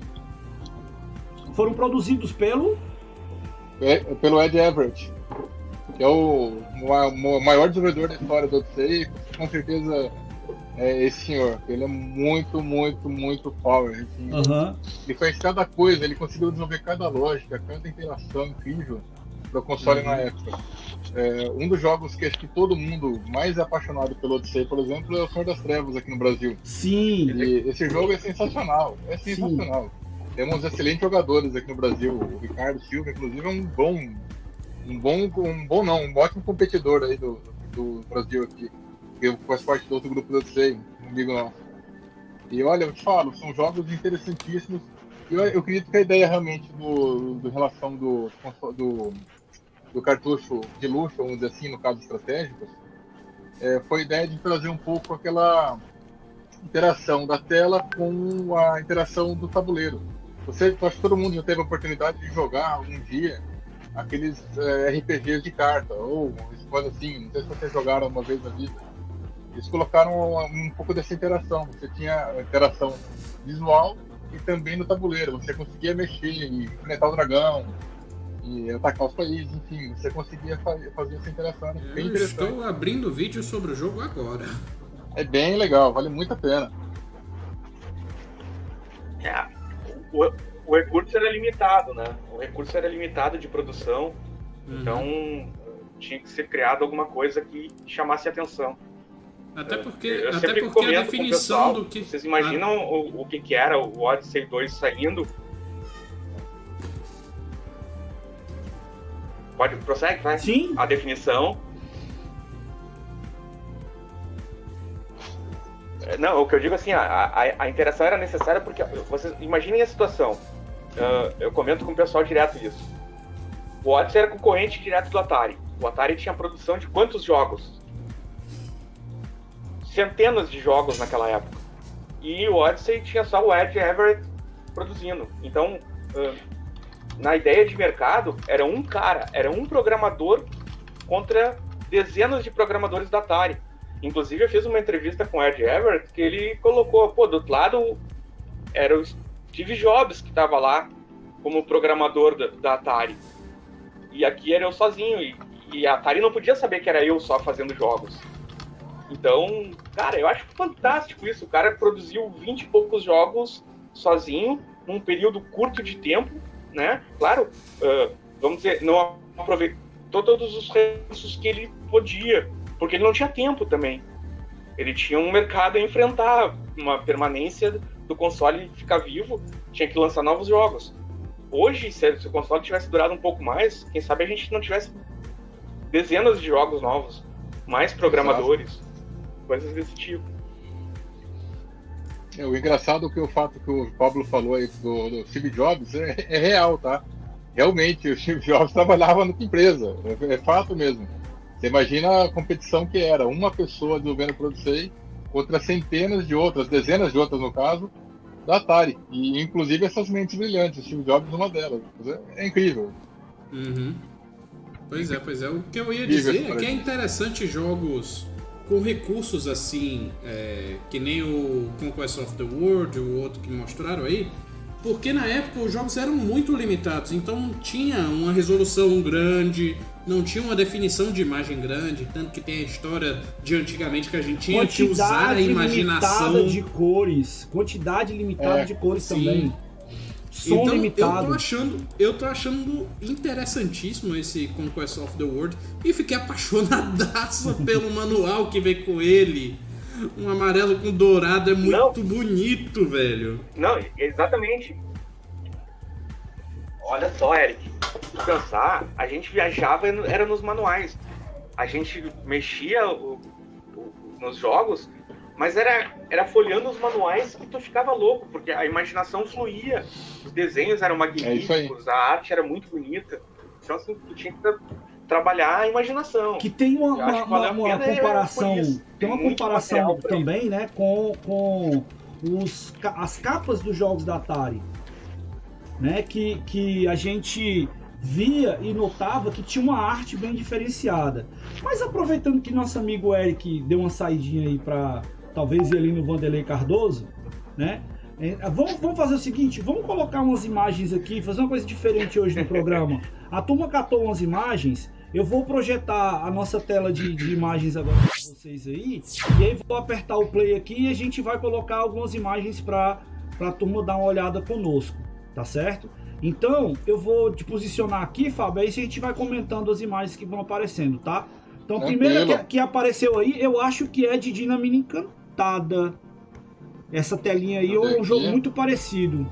Speaker 2: Foram produzidos pelo...
Speaker 3: É, pelo Ed Everett, que é o, o maior desenvolvedor da história do Odyssey, com certeza é esse senhor. Ele é muito, muito, muito power. Assim.
Speaker 2: Uhum.
Speaker 3: Ele fez cada coisa, ele conseguiu desenvolver cada lógica, cada interação incrível para o console uhum. na época. É, um dos jogos que acho que todo mundo mais é apaixonado pelo Odyssey, por exemplo, é o Senhor das Trevas aqui no Brasil.
Speaker 2: Sim.
Speaker 3: Ele, esse jogo é sensacional, é sensacional. Sim. Temos excelentes jogadores aqui no Brasil. O Ricardo Silva, inclusive, é um bom, um bom, um bom não, um ótimo competidor aí do, do Brasil aqui. Eu faço parte do outro grupo do Odyssey, um amigo nosso. E olha, eu te falo, são jogos interessantíssimos. Eu, eu acredito que a ideia realmente do, do relação do, do, do cartucho de luxo, vamos dizer assim, no caso estratégicos, é, foi a ideia de trazer um pouco aquela interação da tela com a interação do tabuleiro. Você, acho que todo mundo já teve a oportunidade de jogar algum dia aqueles é, R P Gs de carta, ou coisa assim, não sei se vocês jogaram uma vez na vida. Eles colocaram um, um pouco dessa interação. Você tinha a interação visual e também no tabuleiro. Você conseguia mexer e enfrentar o dragão e atacar os países, enfim, você conseguia fazer, fazer essa interação. Era bem
Speaker 1: Eu
Speaker 3: interessante.
Speaker 1: estou abrindo vídeo sobre o jogo agora.
Speaker 3: É bem legal, vale muito a pena.
Speaker 4: É, o, o recurso era limitado, né? O recurso era limitado de produção,
Speaker 1: Uhum.
Speaker 4: então tinha que ser criado alguma coisa que chamasse atenção.
Speaker 1: Até porque,
Speaker 4: Eu
Speaker 1: até
Speaker 4: sempre
Speaker 1: porque a
Speaker 4: comento com o
Speaker 1: definição
Speaker 4: pessoal,
Speaker 1: do que...
Speaker 4: Vocês imaginam
Speaker 1: Ah,
Speaker 4: o, o que, que era o Odyssey dois saindo? Pode, prossegue, vai.
Speaker 2: Sim.
Speaker 4: A definição. Não, o que eu digo assim, a, a, a interação era necessária porque vocês imaginem a situação. Uh, eu comento com o pessoal direto isso. O Odyssey era concorrente direto do Atari. O Atari tinha produção de quantos jogos? Centenas de jogos naquela época. E o Odyssey tinha só o Ed Everett produzindo. Então, uh, na ideia de mercado, era um cara, era um programador contra dezenas de programadores da Atari. Inclusive, eu fiz uma entrevista com o Ed Everett que ele colocou, pô, do outro lado era o Steve Jobs que estava lá como programador da, da Atari. E aqui era eu sozinho. E, e a Atari não podia saber que era eu só fazendo jogos. Então, cara, eu acho fantástico isso. O cara produziu vinte e poucos jogos sozinho, num período curto de tempo, né? Claro, uh, vamos dizer, não aproveitou todos os recursos que ele podia, porque ele não tinha tempo também. Ele tinha um mercado a enfrentar, uma permanência do console ficar vivo, tinha que lançar novos jogos. Hoje, se o console tivesse durado um pouco mais, quem sabe a gente não tivesse dezenas de jogos novos, mais programadores, Exato. Coisas desse tipo.
Speaker 3: É, o engraçado é que o fato que o Pablo falou aí do, do Steve Jobs é, é real, tá? Realmente, o Steve Jobs trabalhava numa empresa, é, é fato mesmo. Você imagina a competição que era, uma pessoa desenvolvendo produção contra centenas de outras, dezenas de outras no caso, da Atari. E inclusive essas mentes brilhantes, o Steve Jobs uma delas. É, é incrível.
Speaker 1: Uhum. Pois é, pois é. O que eu ia dizer é que é interessante jogos com recursos assim, é, que nem o Conquest of the World, o outro que mostraram aí, porque na época os jogos eram muito limitados, então não tinha uma resolução grande, não tinha uma definição de imagem grande, tanto que tem a história de antigamente que a gente tinha
Speaker 2: quantidade
Speaker 1: que usar a imaginação.
Speaker 2: Limitada de cores, quantidade limitada
Speaker 3: é,
Speaker 2: de cores
Speaker 1: sim.
Speaker 2: também. Som
Speaker 1: então,
Speaker 2: limitado.
Speaker 1: eu tô achando, eu tô achando interessantíssimo esse Conquest of the World e fiquei apaixonadaço pelo manual que vem com ele. Um amarelo com dourado é muito
Speaker 4: Não.
Speaker 1: bonito, velho.
Speaker 4: Não, exatamente. Olha só, Eric, se pensar, a gente viajava era nos manuais. A gente mexia o, o, nos jogos, mas era, era folheando os manuais que tu ficava louco, porque a imaginação fluía, os desenhos eram magníficos,
Speaker 3: é
Speaker 4: a arte era muito bonita. Então, assim, tu tinha que tra trabalhar a imaginação.
Speaker 2: Que tem uma, uma, uma, uma comparação, tem uma
Speaker 4: muito
Speaker 2: comparação também, né, com, com os, as capas dos jogos da Atari, né, que, que a gente via e notava que tinha uma arte bem diferenciada. Mas aproveitando que nosso amigo Eric deu uma saidinha aí para talvez ir ali no Vanderlei Cardoso, né? É, vamos, vamos fazer o seguinte, vamos colocar umas imagens aqui, fazer uma coisa diferente hoje no programa. A turma catou umas imagens, eu vou projetar a nossa tela de, de imagens agora para vocês aí, e aí vou apertar o play aqui e a gente vai colocar algumas imagens para a turma dar uma olhada conosco, tá certo? Então, eu vou te posicionar aqui, Fábio, aí a gente vai comentando as imagens que vão aparecendo, tá? Então, a primeira que, que apareceu aí, eu acho que é de Dinamina Encantada. Essa telinha aí é um jogo muito parecido.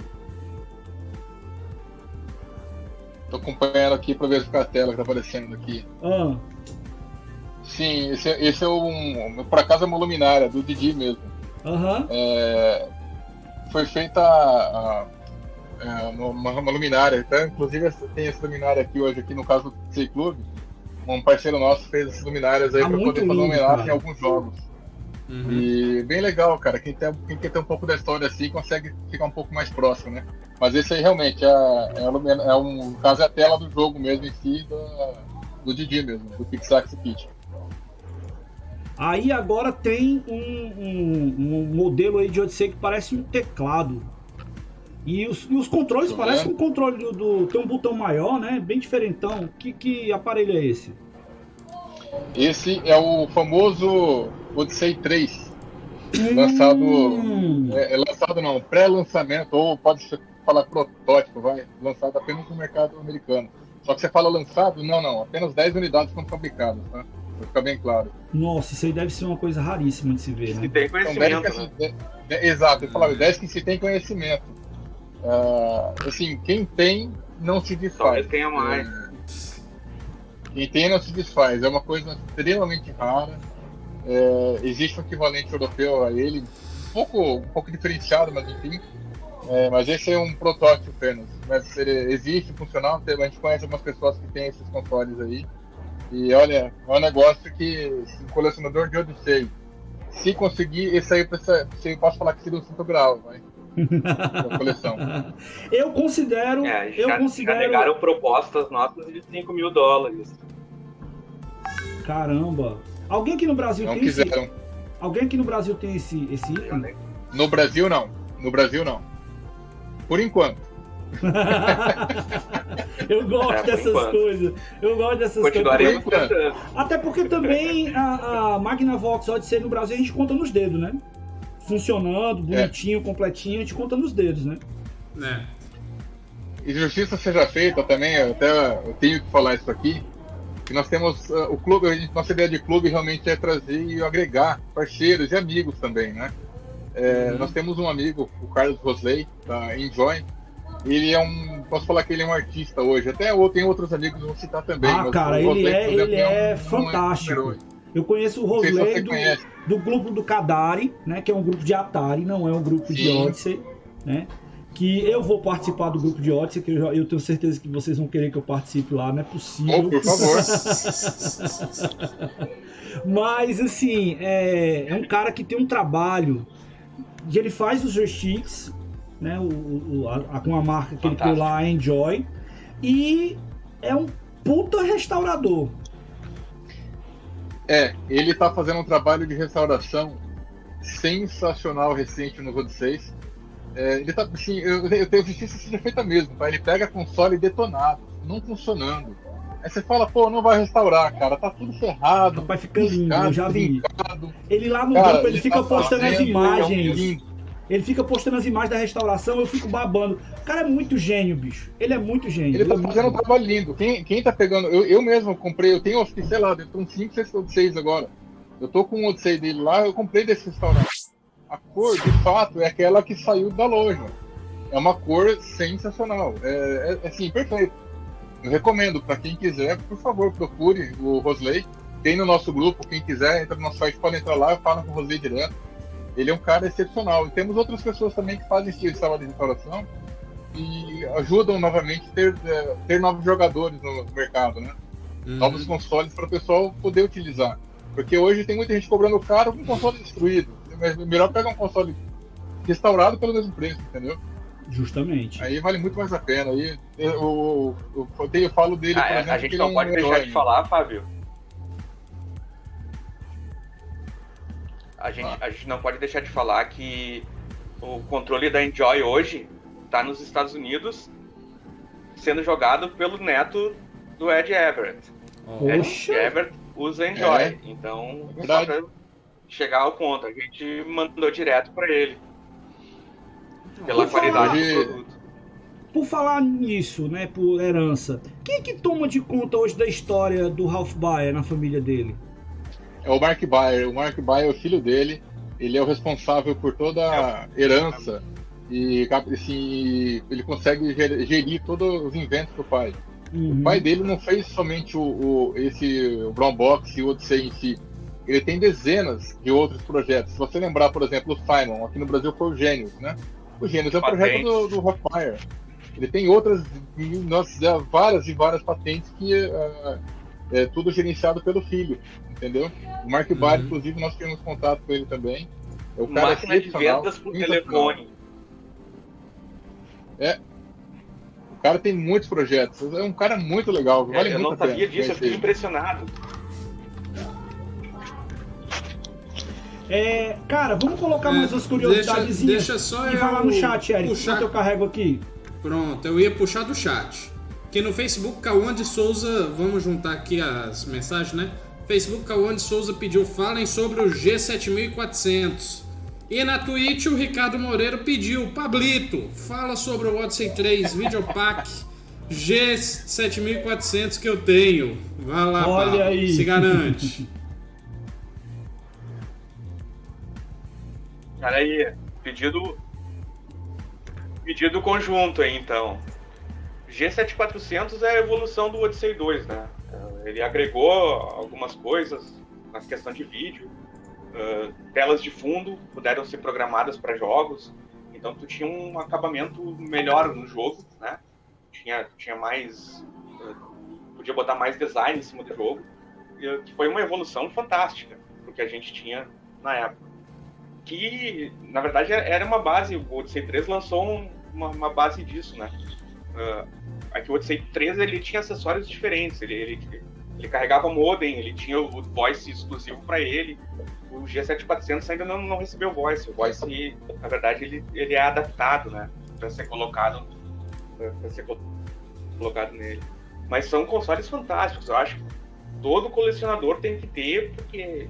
Speaker 3: Tô acompanhando aqui pra ver a tela que tá aparecendo aqui.
Speaker 2: Ah.
Speaker 3: Sim, esse, esse é um... Por acaso é uma luminária, do Didi mesmo.
Speaker 2: Aham.
Speaker 3: É, foi feita a, a, uma, uma luminária, tá? Inclusive tem essa luminária aqui hoje, aqui no caso do C Club. um parceiro nosso fez essas luminárias aí
Speaker 2: Tá
Speaker 3: para
Speaker 2: muito
Speaker 3: poder fazer uma
Speaker 2: lindo,
Speaker 3: homenagem
Speaker 2: cara.
Speaker 3: em alguns jogos.
Speaker 1: Uhum.
Speaker 3: E bem legal, cara. Quem, tem, quem quer ter um pouco da história assim consegue ficar um pouco mais próximo, né? Mas esse aí realmente é, é, é um no caso é a tela do jogo mesmo em si, do, do Didi mesmo, do Pixax Kit.
Speaker 2: Aí agora tem um, um, um modelo aí de Odyssey que parece um teclado. E os, e os controles
Speaker 3: Tô
Speaker 2: parecem
Speaker 3: vendo.
Speaker 2: um controle do, do. Tem um botão maior, né? Bem diferentão. Que, que aparelho é esse?
Speaker 3: Esse é o famoso Odyssey três. Lançado.
Speaker 2: Hum.
Speaker 3: É, é lançado não, pré-lançamento, ou pode ser falar protótipo, vai. Lançado apenas no mercado americano. Só que você fala lançado? Não, não. Apenas dez unidades foram fabricadas, tá? Pra ficar bem claro.
Speaker 2: Nossa, isso aí deve ser uma coisa raríssima de se ver,
Speaker 4: Se
Speaker 2: né?
Speaker 4: tem
Speaker 3: Então,
Speaker 4: conhecimento,
Speaker 3: dez que,
Speaker 4: né?
Speaker 3: assim, de- de- exato, eu falava, dez que se tem conhecimento. Ah, assim, quem tem não se desfaz.
Speaker 4: Talvez tenha mais.
Speaker 3: É, quem tem não se desfaz. É uma coisa extremamente rara. É, existe um equivalente europeu a ele, um pouco, um pouco diferenciado, mas enfim. É, mas esse é um protótipo apenas. Mas ele existe, funcional. A gente conhece algumas pessoas que têm esses consoles aí. E olha, é um negócio que o colecionador de Odyssey, se conseguir, esse aí eu posso falar que seria o Santo Grau, vai. Da coleção.
Speaker 2: Eu considero.
Speaker 4: É,
Speaker 2: eu
Speaker 4: já,
Speaker 2: considero.
Speaker 4: já negaram propostas nossas de cinco mil dólares.
Speaker 2: Caramba. Alguém aqui no Brasil
Speaker 3: Não
Speaker 2: tem esse.
Speaker 3: quiseram.
Speaker 2: Alguém aqui no Brasil tem esse, esse
Speaker 4: Eu
Speaker 2: item?
Speaker 4: nem-
Speaker 3: No Brasil não. No Brasil não. Por enquanto.
Speaker 2: Eu gosto
Speaker 4: É, por
Speaker 2: dessas
Speaker 4: enquanto.
Speaker 2: coisas. Eu gosto dessas
Speaker 4: Continuaremos
Speaker 2: coisas.
Speaker 4: tentando.
Speaker 2: Até porque também a, a Magnavox Odyssey no Brasil a gente conta nos dedos, né? Funcionando, bonitinho, completinho, a gente conta nos dedos, né?
Speaker 1: É.
Speaker 3: E justiça seja feita também, eu até eu tenho que falar isso aqui, que nós temos uh, o clube, a gente- nossa ideia de clube realmente é trazer e agregar parceiros e amigos também, né? É,
Speaker 1: Uhum.
Speaker 3: Nós temos um amigo, o Carlos Rosley, da Enjoy. Ele é um, posso falar que ele é um artista hoje. Até eu tenho outros amigos que vou citar também.
Speaker 2: Ah,
Speaker 3: mas
Speaker 2: cara,
Speaker 3: o
Speaker 2: ele
Speaker 3: Rosley,
Speaker 2: é,
Speaker 3: por exemplo,
Speaker 2: ele é
Speaker 3: um- um
Speaker 2: fantástico.
Speaker 3: herói.
Speaker 2: Eu conheço o
Speaker 3: Não sei se
Speaker 2: Rosley
Speaker 3: você
Speaker 2: do,
Speaker 3: conhece.
Speaker 2: do grupo do Kadari, né? Que é um grupo de Atari, não é um grupo de
Speaker 3: Sim.
Speaker 2: Odyssey, né? Que eu vou participar do grupo de Odyssey, que eu, já- eu tenho certeza que vocês vão querer que eu participe lá, não é possível.
Speaker 3: Oh, por favor.
Speaker 2: Mas, assim, é, é um cara que tem um trabalho. E ele faz os joysticks, né? O, o- a, a- com a marca que ele criou lá, a Enjoy. E é um puta restaurador.
Speaker 3: É, ele tá fazendo um trabalho de restauração sensacional recente nos Odysseys. É, ele tá, assim, eu, eu tenho justiça seja feita mesmo, tá? Ele pega console detonado, não funcionando. Aí você fala, pô, não vai restaurar, cara, tá tudo ferrado.
Speaker 2: Rapaz, fica lindo,
Speaker 3: riscado,
Speaker 2: eu já vi.
Speaker 3: trincado.
Speaker 2: Ele lá no
Speaker 3: Cara,
Speaker 2: grupo, ele
Speaker 3: ele
Speaker 2: fica
Speaker 3: tá
Speaker 2: postando as
Speaker 3: fazendo,
Speaker 2: imagens.
Speaker 3: lindo.
Speaker 2: Ele fica postando as imagens da restauração, eu fico babando. O cara é muito gênio, bicho. Ele é muito gênio.
Speaker 3: Ele tá
Speaker 2: é muito
Speaker 3: fazendo um
Speaker 2: bom.
Speaker 3: trabalho lindo. Quem, quem tá pegando. Eu, eu mesmo comprei, eu tenho, acho que, sei lá, eu tô uns cinco, seis Odysseys agora. Eu tô com um Odyssey dele lá, eu comprei desse restaurante. A cor, de fato, é aquela que saiu da loja. É uma cor sensacional. É, é assim, perfeito. Eu recomendo, pra quem quiser, por favor, procure o Rosley. Tem no nosso grupo, quem quiser, entra no nosso site, pode entrar lá e fala com o Rosley direto. Ele é um cara excepcional. E temos outras pessoas também que fazem esse trabalho de restauração e ajudam novamente a ter, é, ter novos jogadores no mercado, né?
Speaker 1: Uhum.
Speaker 3: Novos consoles para o pessoal poder utilizar. Porque hoje tem muita gente cobrando caro com console destruído. É melhor pegar um console restaurado pelo mesmo preço, entendeu?
Speaker 2: Justamente.
Speaker 3: Aí vale muito mais a pena. Aí eu, eu, eu, eu, eu falo dele,
Speaker 4: Ah,
Speaker 3: por
Speaker 4: é,
Speaker 3: exemplo,
Speaker 4: a gente
Speaker 3: que
Speaker 4: não
Speaker 3: ele é um
Speaker 4: pode deixar
Speaker 3: herói,
Speaker 4: de
Speaker 3: né?
Speaker 4: falar, Fábio. A gente,
Speaker 3: Ah.
Speaker 4: a gente não pode deixar de falar que o controle da Enjoy hoje está nos Estados Unidos sendo jogado pelo neto do Ed Everett. Ed
Speaker 2: Poxa.
Speaker 4: Everett usa Enjoy,
Speaker 3: É.
Speaker 4: então só
Speaker 3: Verdade.
Speaker 4: pra chegar ao ponto, a gente mandou direto para ele pela
Speaker 2: Por falar-
Speaker 4: qualidade
Speaker 3: Hoje-
Speaker 4: do produto.
Speaker 2: Por falar nisso, né, por herança, quem é que toma de conta hoje da história do Ralph Baer na família dele?
Speaker 3: É o Mark Baer. O Mark Baer é o filho dele. Ele é o responsável por toda a herança e assim, ele consegue ger- gerir todos os inventos do pai.
Speaker 2: Uhum.
Speaker 3: O pai dele não fez somente o, o- esse o Brown Box e o Odyssey em si. Ele tem dezenas de outros projetos. Se você lembrar, por exemplo, o Simon, aqui no Brasil foi o Gênios, né? O Gênios é um projeto
Speaker 4: Patentes.
Speaker 3: do, do Rockfire. Ele tem outras, nossa, várias e várias patentes que uh, é tudo gerenciado pelo filho, entendeu? O Mark uhum. Barr, inclusive, nós tivemos contato com ele também. O cara
Speaker 4: máquina de vendas por telefone.
Speaker 3: É. O cara tem muitos projetos. É um cara muito legal. Vale
Speaker 4: é, eu
Speaker 3: muito
Speaker 4: não sabia disso, eu fiquei ele. impressionado.
Speaker 2: É, cara, vamos colocar é, mais umas curiosidades
Speaker 1: deixa, deixa só
Speaker 2: e vai lá no chat, Eric,
Speaker 1: puxar...
Speaker 2: enquanto eu carrego aqui.
Speaker 1: Pronto, eu ia puxar do chat. Aqui no Facebook, Cauã de Souza, vamos juntar aqui as mensagens, né? Facebook, Cauã de Souza pediu, falem sobre o G sete mil e quatrocentos. E na Twitch, o Ricardo Moreira pediu, Pablito, fala sobre o Odyssey três Videopack G sete mil e quatrocentos que eu tenho. Vai lá,
Speaker 2: olha
Speaker 1: Pablo,
Speaker 2: aí.
Speaker 1: Se garante.
Speaker 4: Olha aí, pedido, pedido conjunto aí, então. G sete mil e quatrocentos é a evolução do Odyssey dois, né? Ele agregou algumas coisas na questão de vídeo, uh, telas de fundo puderam ser programadas para jogos, então tu tinha um acabamento melhor no jogo, né? Tinha, tinha mais... Uh, podia botar mais design em cima do jogo, e, que foi uma evolução fantástica pro que a gente tinha na época. Que, na verdade, era uma base, o Odyssey três lançou um, uma, uma base disso, né? Uh, aqui o Odyssey três ele tinha acessórios diferentes, ele, ele, ele carregava modem, ele tinha o voice exclusivo para ele. O G sete mil e quatrocentos ainda não, não recebeu voice, o voice, na verdade, ele, ele é adaptado, né, para ser colocado para ser colocado nele. Mas são consoles fantásticos, eu acho que todo colecionador tem que ter, porque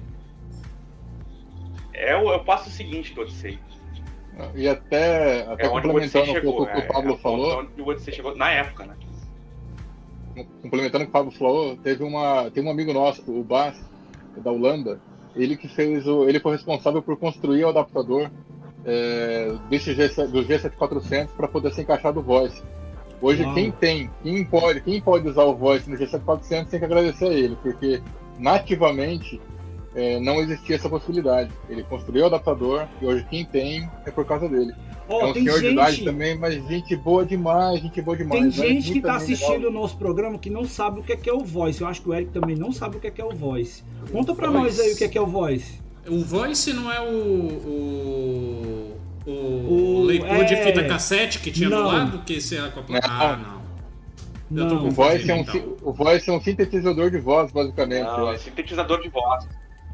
Speaker 4: é o, é o passo seguinte do Odyssey.
Speaker 3: E até, até
Speaker 4: é
Speaker 3: complementando um
Speaker 4: chegou,
Speaker 3: pouco o que o Pablo
Speaker 4: é,
Speaker 3: falou.
Speaker 4: Onde o Odyssey chegou na época, né?
Speaker 3: Complementando o que o Pablo falou, teve uma, tem um amigo nosso, o Bas, da Holanda, ele que fez o, ele foi responsável por construir o adaptador é, desse G, do G sete mil e quatrocentos para poder se encaixar do Voice. Hoje Uau. quem tem, quem pode, quem pode usar o Voice no G sete mil e quatrocentos tem que agradecer a ele, porque nativamente É, não existia essa possibilidade. Ele construiu o adaptador e hoje quem tem é por causa dele.
Speaker 2: Oh,
Speaker 3: é um senhor gente... de idade também, mas gente boa demais, gente boa demais.
Speaker 2: Tem gente que está assistindo o nosso programa que não sabe o que é, que é o Voice. Eu acho que o Eric também não sabe o que é, que é o Voice. Conta pra nós aí o que é, que é o Voice.
Speaker 1: O Voice não é o... o... o, o leitor é... de fita cassete que tinha
Speaker 2: não.
Speaker 1: do lado? Que você acopla... Ah, não.
Speaker 2: Não.
Speaker 3: O, voice é um, então. o Voice é um sintetizador de voz, basicamente.
Speaker 4: Não, é sintetizador de voz.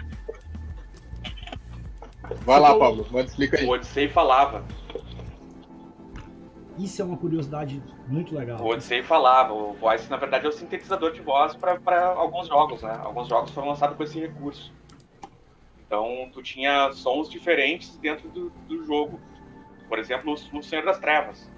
Speaker 3: Vai lá, Pablo, manda explica aí.
Speaker 4: O Odyssey falava.
Speaker 2: Isso é uma curiosidade muito legal.
Speaker 4: O Odyssey falava. O Voice, na verdade, é o sintetizador de voz para alguns jogos, né? Alguns jogos foram lançados com esse recurso. Então, tu tinha sons diferentes dentro do, do jogo. Por exemplo, no Senhor das Trevas.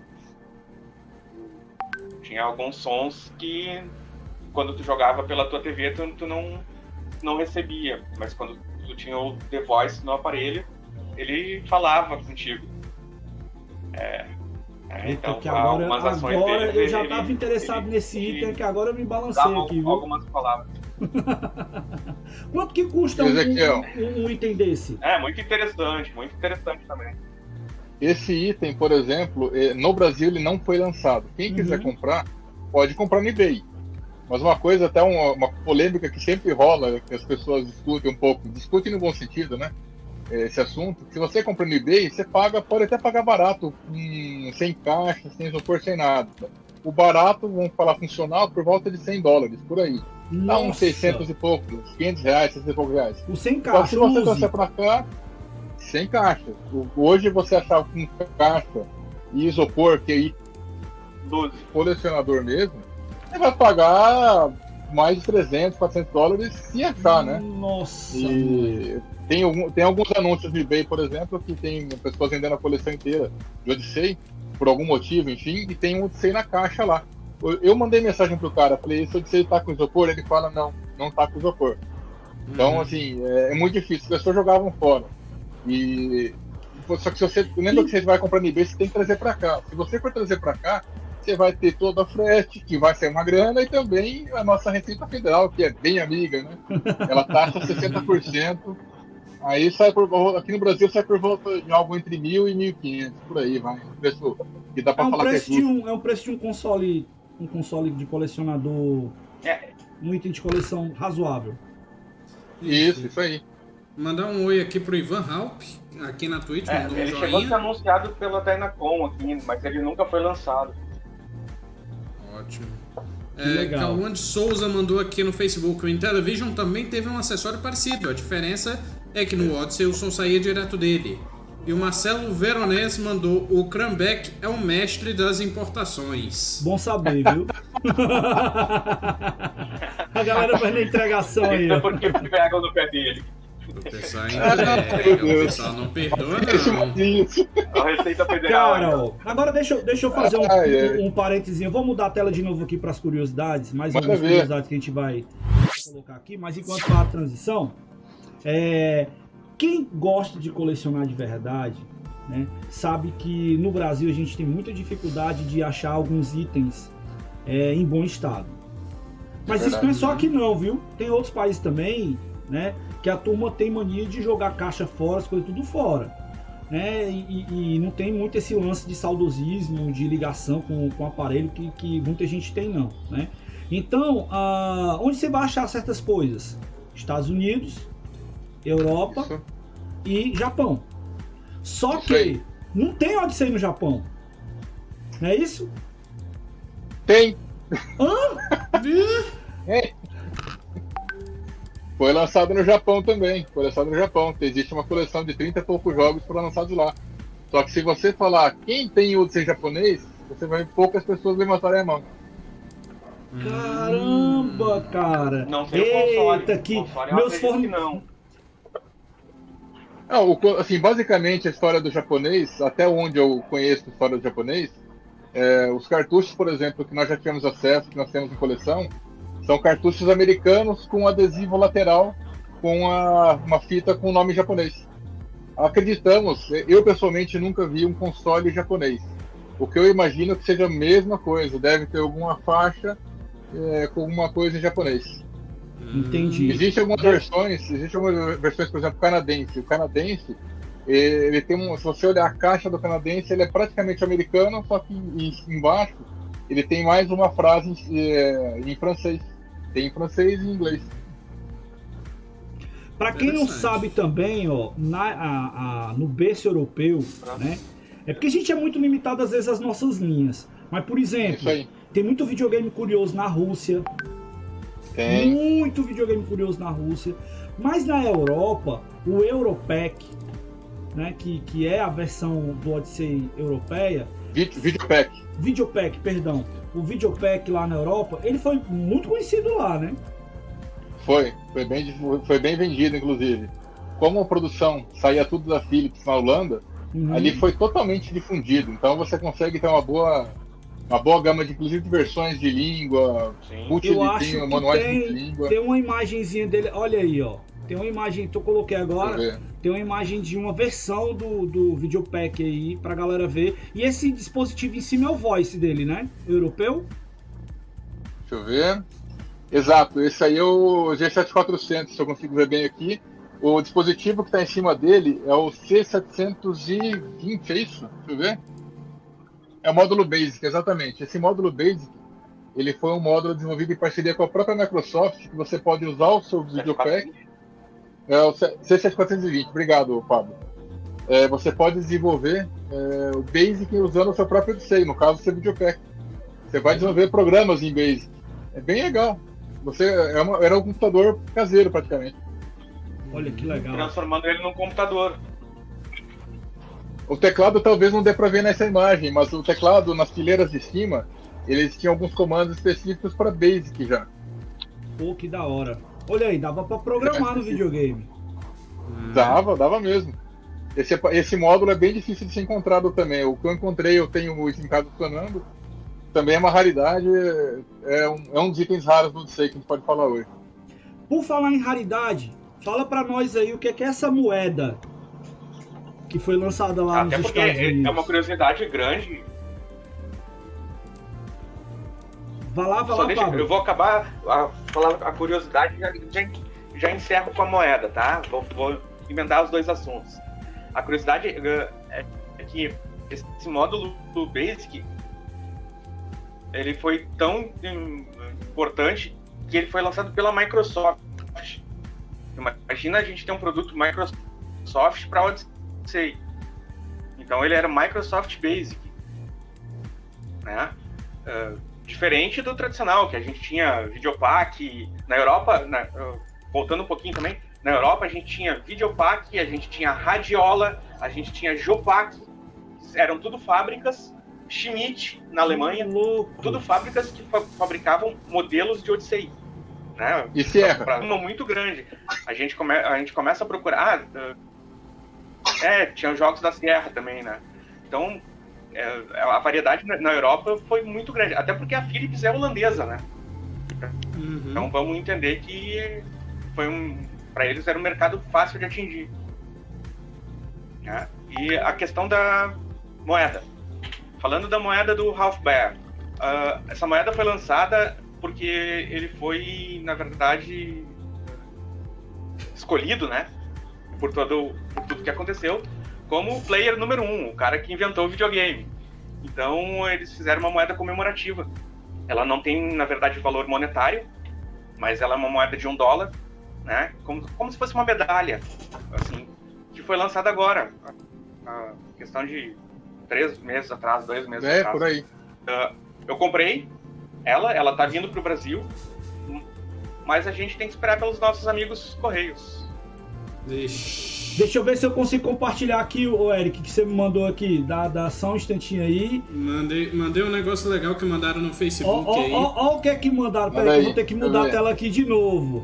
Speaker 4: Tinha alguns sons que, quando tu jogava pela tua T V, tu, tu não, não recebia. Mas quando tu tinha o The Voice no aparelho, ele falava contigo. É, é, então,
Speaker 2: que agora,
Speaker 4: algumas ações
Speaker 2: agora
Speaker 4: dele,
Speaker 2: eu já estava
Speaker 4: ele,
Speaker 2: interessado
Speaker 4: ele,
Speaker 2: nesse
Speaker 4: ele,
Speaker 2: item que agora eu me balancei aqui, viu?
Speaker 4: Algumas palavras.
Speaker 2: Quanto que custa um, um, um item desse?
Speaker 4: É, muito interessante, muito interessante também.
Speaker 3: Esse item, por exemplo, no Brasil ele não foi lançado. Quem quiser uhum. comprar, pode comprar no eBay. Mas uma coisa, até uma, uma polêmica que sempre rola, que as pessoas discutem um pouco, discutem no bom sentido, né? Esse assunto, se você compra no eBay, você paga, pode até pagar barato, hum, sem caixa, sem isopor, sem nada. O barato, vamos falar funcional, por volta de cem dólares, por aí. Dá uns seiscentos e poucos, quinhentos reais, seiscentos e poucos reais.
Speaker 2: O sem caixa,
Speaker 3: se você trouxer pra cá, sem caixa. Hoje você achar com caixa e isopor, que aí, colecionador mesmo, você vai pagar mais de trezentos, quatrocentos dólares se achar, né?
Speaker 2: Nossa!
Speaker 3: E tem, algum, tem alguns anúncios no eBay, por exemplo, que tem pessoas vendendo a coleção inteira de Odyssey, por algum motivo, enfim, e tem um Odyssey na caixa lá. Eu mandei mensagem pro cara, falei, esse Odyssey tá com isopor? Ele fala, não, não tá com isopor. Então, uhum. assim, é, é muito difícil, as pessoas jogavam fora. E só que se você, lembra que você vai comprar no eBay, você tem que trazer pra cá. Se você for trazer pra cá, você vai ter toda a frete, que vai ser uma grana, e também a nossa Receita Federal, que é bem amiga, né? Ela taxa sessenta por cento. Aí sai por, aqui no Brasil sai por volta de algo entre mil e mil e quinhentos, por aí, vai. Um preço que dá pra
Speaker 2: é um
Speaker 3: falar
Speaker 2: preço
Speaker 3: que é
Speaker 2: de um, é um preço de um console, um console de colecionador.
Speaker 4: É,
Speaker 2: um item de coleção razoável.
Speaker 3: Isso, isso aí.
Speaker 1: Mandar um oi aqui pro Ivan Halp, aqui na Twitch,
Speaker 4: É,
Speaker 1: mandou um
Speaker 4: ele chegou a ser
Speaker 1: joinha.
Speaker 4: anunciado pela Dynacon aqui, mas ele nunca foi lançado.
Speaker 1: Ótimo.
Speaker 2: Que
Speaker 1: É,
Speaker 2: legal.
Speaker 1: Cauã de Souza mandou aqui no Facebook, o Intellivision também teve um acessório parecido, a diferença é que no Odyssey o som saía direto dele. E o Marcelo Veronese mandou, o Cranbeck é o mestre das importações.
Speaker 2: Bom saber, viu? A galera vai na entregação aí.
Speaker 4: Isso é
Speaker 2: ó.
Speaker 4: porque pegam no pé dele.
Speaker 1: O pessoal entrega, o pessoal não perdoa não.
Speaker 3: Isso.
Speaker 4: A Receita Federal.
Speaker 2: Cara, ó, agora deixa, eu- deixa eu fazer um,
Speaker 3: Ai, ai.
Speaker 2: um, um parênteses. Eu vou mudar a tela de novo aqui para as curiosidades, mais
Speaker 3: Manda
Speaker 2: algumas
Speaker 3: ver.
Speaker 2: curiosidades que a gente vai colocar aqui. Mas enquanto tá a transição, é, quem gosta de colecionar de verdade, né, sabe que no Brasil a gente tem muita dificuldade de achar alguns itens é, em bom estado. Mas
Speaker 3: É
Speaker 2: isso não é
Speaker 3: verdade,
Speaker 2: só
Speaker 3: né?
Speaker 2: aqui não, viu? Tem outros países também, né, que a turma tem mania de jogar caixa fora, as coisas tudo fora. Né? E, e- e não tem muito esse lance de saudosismo, de ligação com, com o aparelho que, que muita gente tem não, né? Então, ah, onde você vai achar certas coisas? Estados Unidos, Europa
Speaker 3: Isso.
Speaker 2: e Japão. Só
Speaker 3: Isso
Speaker 2: que
Speaker 3: aí.
Speaker 2: não tem Odyssey no Japão. Não é isso?
Speaker 3: Tem.
Speaker 1: Ih,
Speaker 3: É. Foi lançado no Japão também. Foi lançado no Japão. Existe uma coleção de trinta e poucos jogos que foram lançados lá. Só que se você falar quem tem o Odyssey japonês, você vai ver poucas pessoas levantarem a mão.
Speaker 2: Caramba, cara.
Speaker 4: Não tem o console.
Speaker 2: Eita, que
Speaker 4: O console eu
Speaker 2: meus
Speaker 4: acredito
Speaker 2: forne...
Speaker 4: que não.
Speaker 3: Não, o co- assim, basicamente a história do japonês, até onde eu conheço a história do japonês, é, os cartuchos, por exemplo, que nós já tivemos acesso, que nós temos em coleção, são cartuchos americanos com adesivo lateral com a- uma fita com o nome japonês. Acreditamos, eu pessoalmente nunca vi um console japonês. O que eu imagino que seja a mesma coisa, deve ter alguma faixa é, com alguma coisa em japonês.
Speaker 2: Entendi.
Speaker 3: Existem algumas versões, existem algumas versões, por exemplo, canadense. O canadense, ele tem um, se você olhar a caixa do canadense, ele é praticamente americano, só que em- embaixo ele tem mais uma frase em, é, em francês. Tem em francês e em inglês.
Speaker 2: Pra quem não
Speaker 1: Interessante.
Speaker 2: sabe também, ó, na, a- a- no berço europeu, né? É porque a gente é muito limitado às vezes às nossas linhas. Mas, por
Speaker 3: Isso
Speaker 2: exemplo,
Speaker 3: aí.
Speaker 2: tem muito videogame curioso na Rússia,
Speaker 3: Tem.
Speaker 2: muito videogame curioso na Rússia. Mas na Europa, o Europack, né, que, que é a versão do Odyssey europeia,
Speaker 3: Vid- Videopack.
Speaker 2: Videopack, perdão, o Videopack lá na Europa, ele foi muito conhecido lá, né?
Speaker 3: Foi. Foi bem, foi bem vendido, inclusive. Como a produção saía tudo da Philips na Holanda,
Speaker 2: Uhum.
Speaker 3: ali foi totalmente difundido. Então você consegue ter uma boa, uma boa gama de, inclusive, de versões de língua,
Speaker 4: Sim.
Speaker 2: Eu acho
Speaker 3: multilíngua,
Speaker 2: que
Speaker 3: manuais
Speaker 2: tem-
Speaker 3: multilíngua.
Speaker 2: Tem uma imagenzinha dele, olha aí, ó. Tem uma imagem que eu coloquei
Speaker 3: Deixa eu
Speaker 2: agora.
Speaker 3: ver.
Speaker 2: Tem uma imagem de uma versão do, do Videopack aí pra galera ver. E esse dispositivo em cima é o voice dele, né? Europeu.
Speaker 3: Deixa eu ver. Exato, esse aí é o G sete quatrocentos, se eu consigo ver bem aqui. O dispositivo que está em cima dele é o C setecentos e vinte, é isso? Deixa eu ver. É o módulo Basic, exatamente. Esse módulo Basic, ele foi um módulo desenvolvido em parceria com a própria Microsoft, que você pode usar o seu Videopack. É o C sete quatrocentos e vinte, obrigado, Pablo. É, você pode desenvolver é, o Basic usando o seu próprio Odyssey, no caso o seu Videopack. Você vai desenvolver programas em Basic. É bem legal. Você é uma- era um computador caseiro, praticamente.
Speaker 2: Olha que legal.
Speaker 4: Transformando ele num computador.
Speaker 3: O teclado talvez não dê para ver nessa imagem, mas o teclado nas fileiras de cima, eles tinham alguns comandos específicos para Basic já.
Speaker 2: Pô, que da hora. Olha aí, dava pra programar no videogame.
Speaker 3: Dava, dava mesmo. Esse, esse módulo é bem difícil de ser encontrado também. O que eu encontrei, eu tenho isso em casa funcionando. Também é uma raridade, é um, é um dos itens raros do Odyssey que a gente pode falar hoje.
Speaker 2: Por falar em raridade, fala pra nós aí o que é, que é essa moeda que foi lançada lá
Speaker 4: Até
Speaker 2: nos
Speaker 4: porque
Speaker 2: Estados
Speaker 4: é
Speaker 2: Unidos.
Speaker 4: é uma curiosidade grande.
Speaker 2: Vai lá, vai
Speaker 4: Só
Speaker 2: lá,
Speaker 4: deixa,
Speaker 2: Pablo.
Speaker 4: eu vou acabar a falar a curiosidade e já, já, já encerro com a moeda, tá? Vou, vou emendar os dois assuntos. A curiosidade uh, é, é que esse módulo do Basic ele foi tão hum, importante que ele foi lançado pela Microsoft. Imagina a gente ter um produto Microsoft para Odyssey. Então ele era Microsoft Basic, né? Uh, diferente do tradicional, que a gente tinha Videopack. Na Europa, na, uh, voltando um pouquinho também, na Europa a gente tinha Videopack, a gente tinha Radiola, a gente tinha Jopac, eram tudo fábricas, Schmidt na Alemanha,
Speaker 2: Louco.
Speaker 4: tudo fábricas que fa fabricavam modelos de Odyssey. Né?
Speaker 3: E Sierra?
Speaker 4: Pra uma muito grande. A gente, come a gente começa a procurar. Ah, uh, é, tinha jogos da Sierra também, né? Então, é, a variedade na, na Europa foi muito grande. Até porque a Philips é holandesa, né?
Speaker 1: Uhum.
Speaker 4: Então vamos entender que foi um. Para eles era um mercado fácil de atingir. Né? E a questão da moeda. Falando da moeda do Ralph Baer. Uh, essa moeda foi lançada porque ele foi, na verdade, escolhido, né, por, todo, por tudo que aconteceu, como o player número um, o cara que inventou o videogame. Então, eles fizeram uma moeda comemorativa. Ela não tem, na verdade, valor monetário, mas ela é uma moeda de um dólar, né, como, como se fosse uma medalha, assim, que foi lançada agora, a, a questão de três meses atrás, dois meses
Speaker 3: é,
Speaker 4: atrás.
Speaker 3: É, por aí.
Speaker 4: Uh, eu comprei ela, ela tá vindo pro Brasil, mas a gente tem que esperar pelos nossos amigos Correios.
Speaker 1: Ixi.
Speaker 2: Deixa eu ver se eu consigo compartilhar aqui, o Eric, que você me mandou aqui. Dá, dá só um instantinho aí.
Speaker 1: Mandei, mandei um negócio legal que mandaram no Facebook
Speaker 2: ó, ó,
Speaker 1: aí.
Speaker 2: Ó, ó o que é que mandaram. Peraí, eu vou ter que mudar a tela aqui de novo.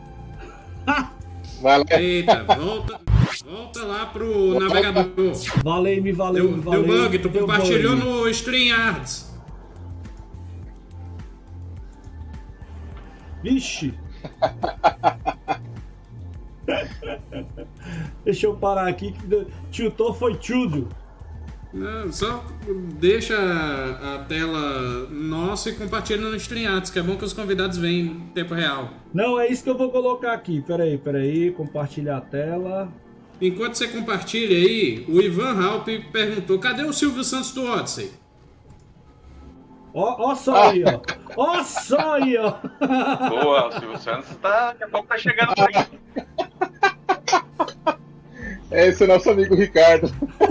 Speaker 3: Vai lá.
Speaker 1: Eita, volta, volta lá pro navegador.
Speaker 2: Valeu, me valeu,
Speaker 1: Deu,
Speaker 2: me valeu.
Speaker 1: deu bug, tu
Speaker 2: deu
Speaker 1: compartilhou
Speaker 2: bug.
Speaker 1: no StreamYards.
Speaker 2: Vixe! Deixa eu parar aqui que tiltou foi tudo.
Speaker 1: Não, só deixa a tela nossa e compartilha no StreamYards, que é bom que os convidados veem em tempo real.
Speaker 2: Não, é isso que eu vou colocar aqui. Peraí, peraí, compartilhar a tela.
Speaker 1: Enquanto você compartilha aí, o Ivan Halp perguntou: cadê o Silvio Santos do Odyssey?
Speaker 2: Ó, ó só aí, ó. Ó só aí, ó.
Speaker 4: Boa, o Silvio Santos tá, daqui a pouco tá chegando por aí.
Speaker 3: Esse é o nosso amigo Ricardo.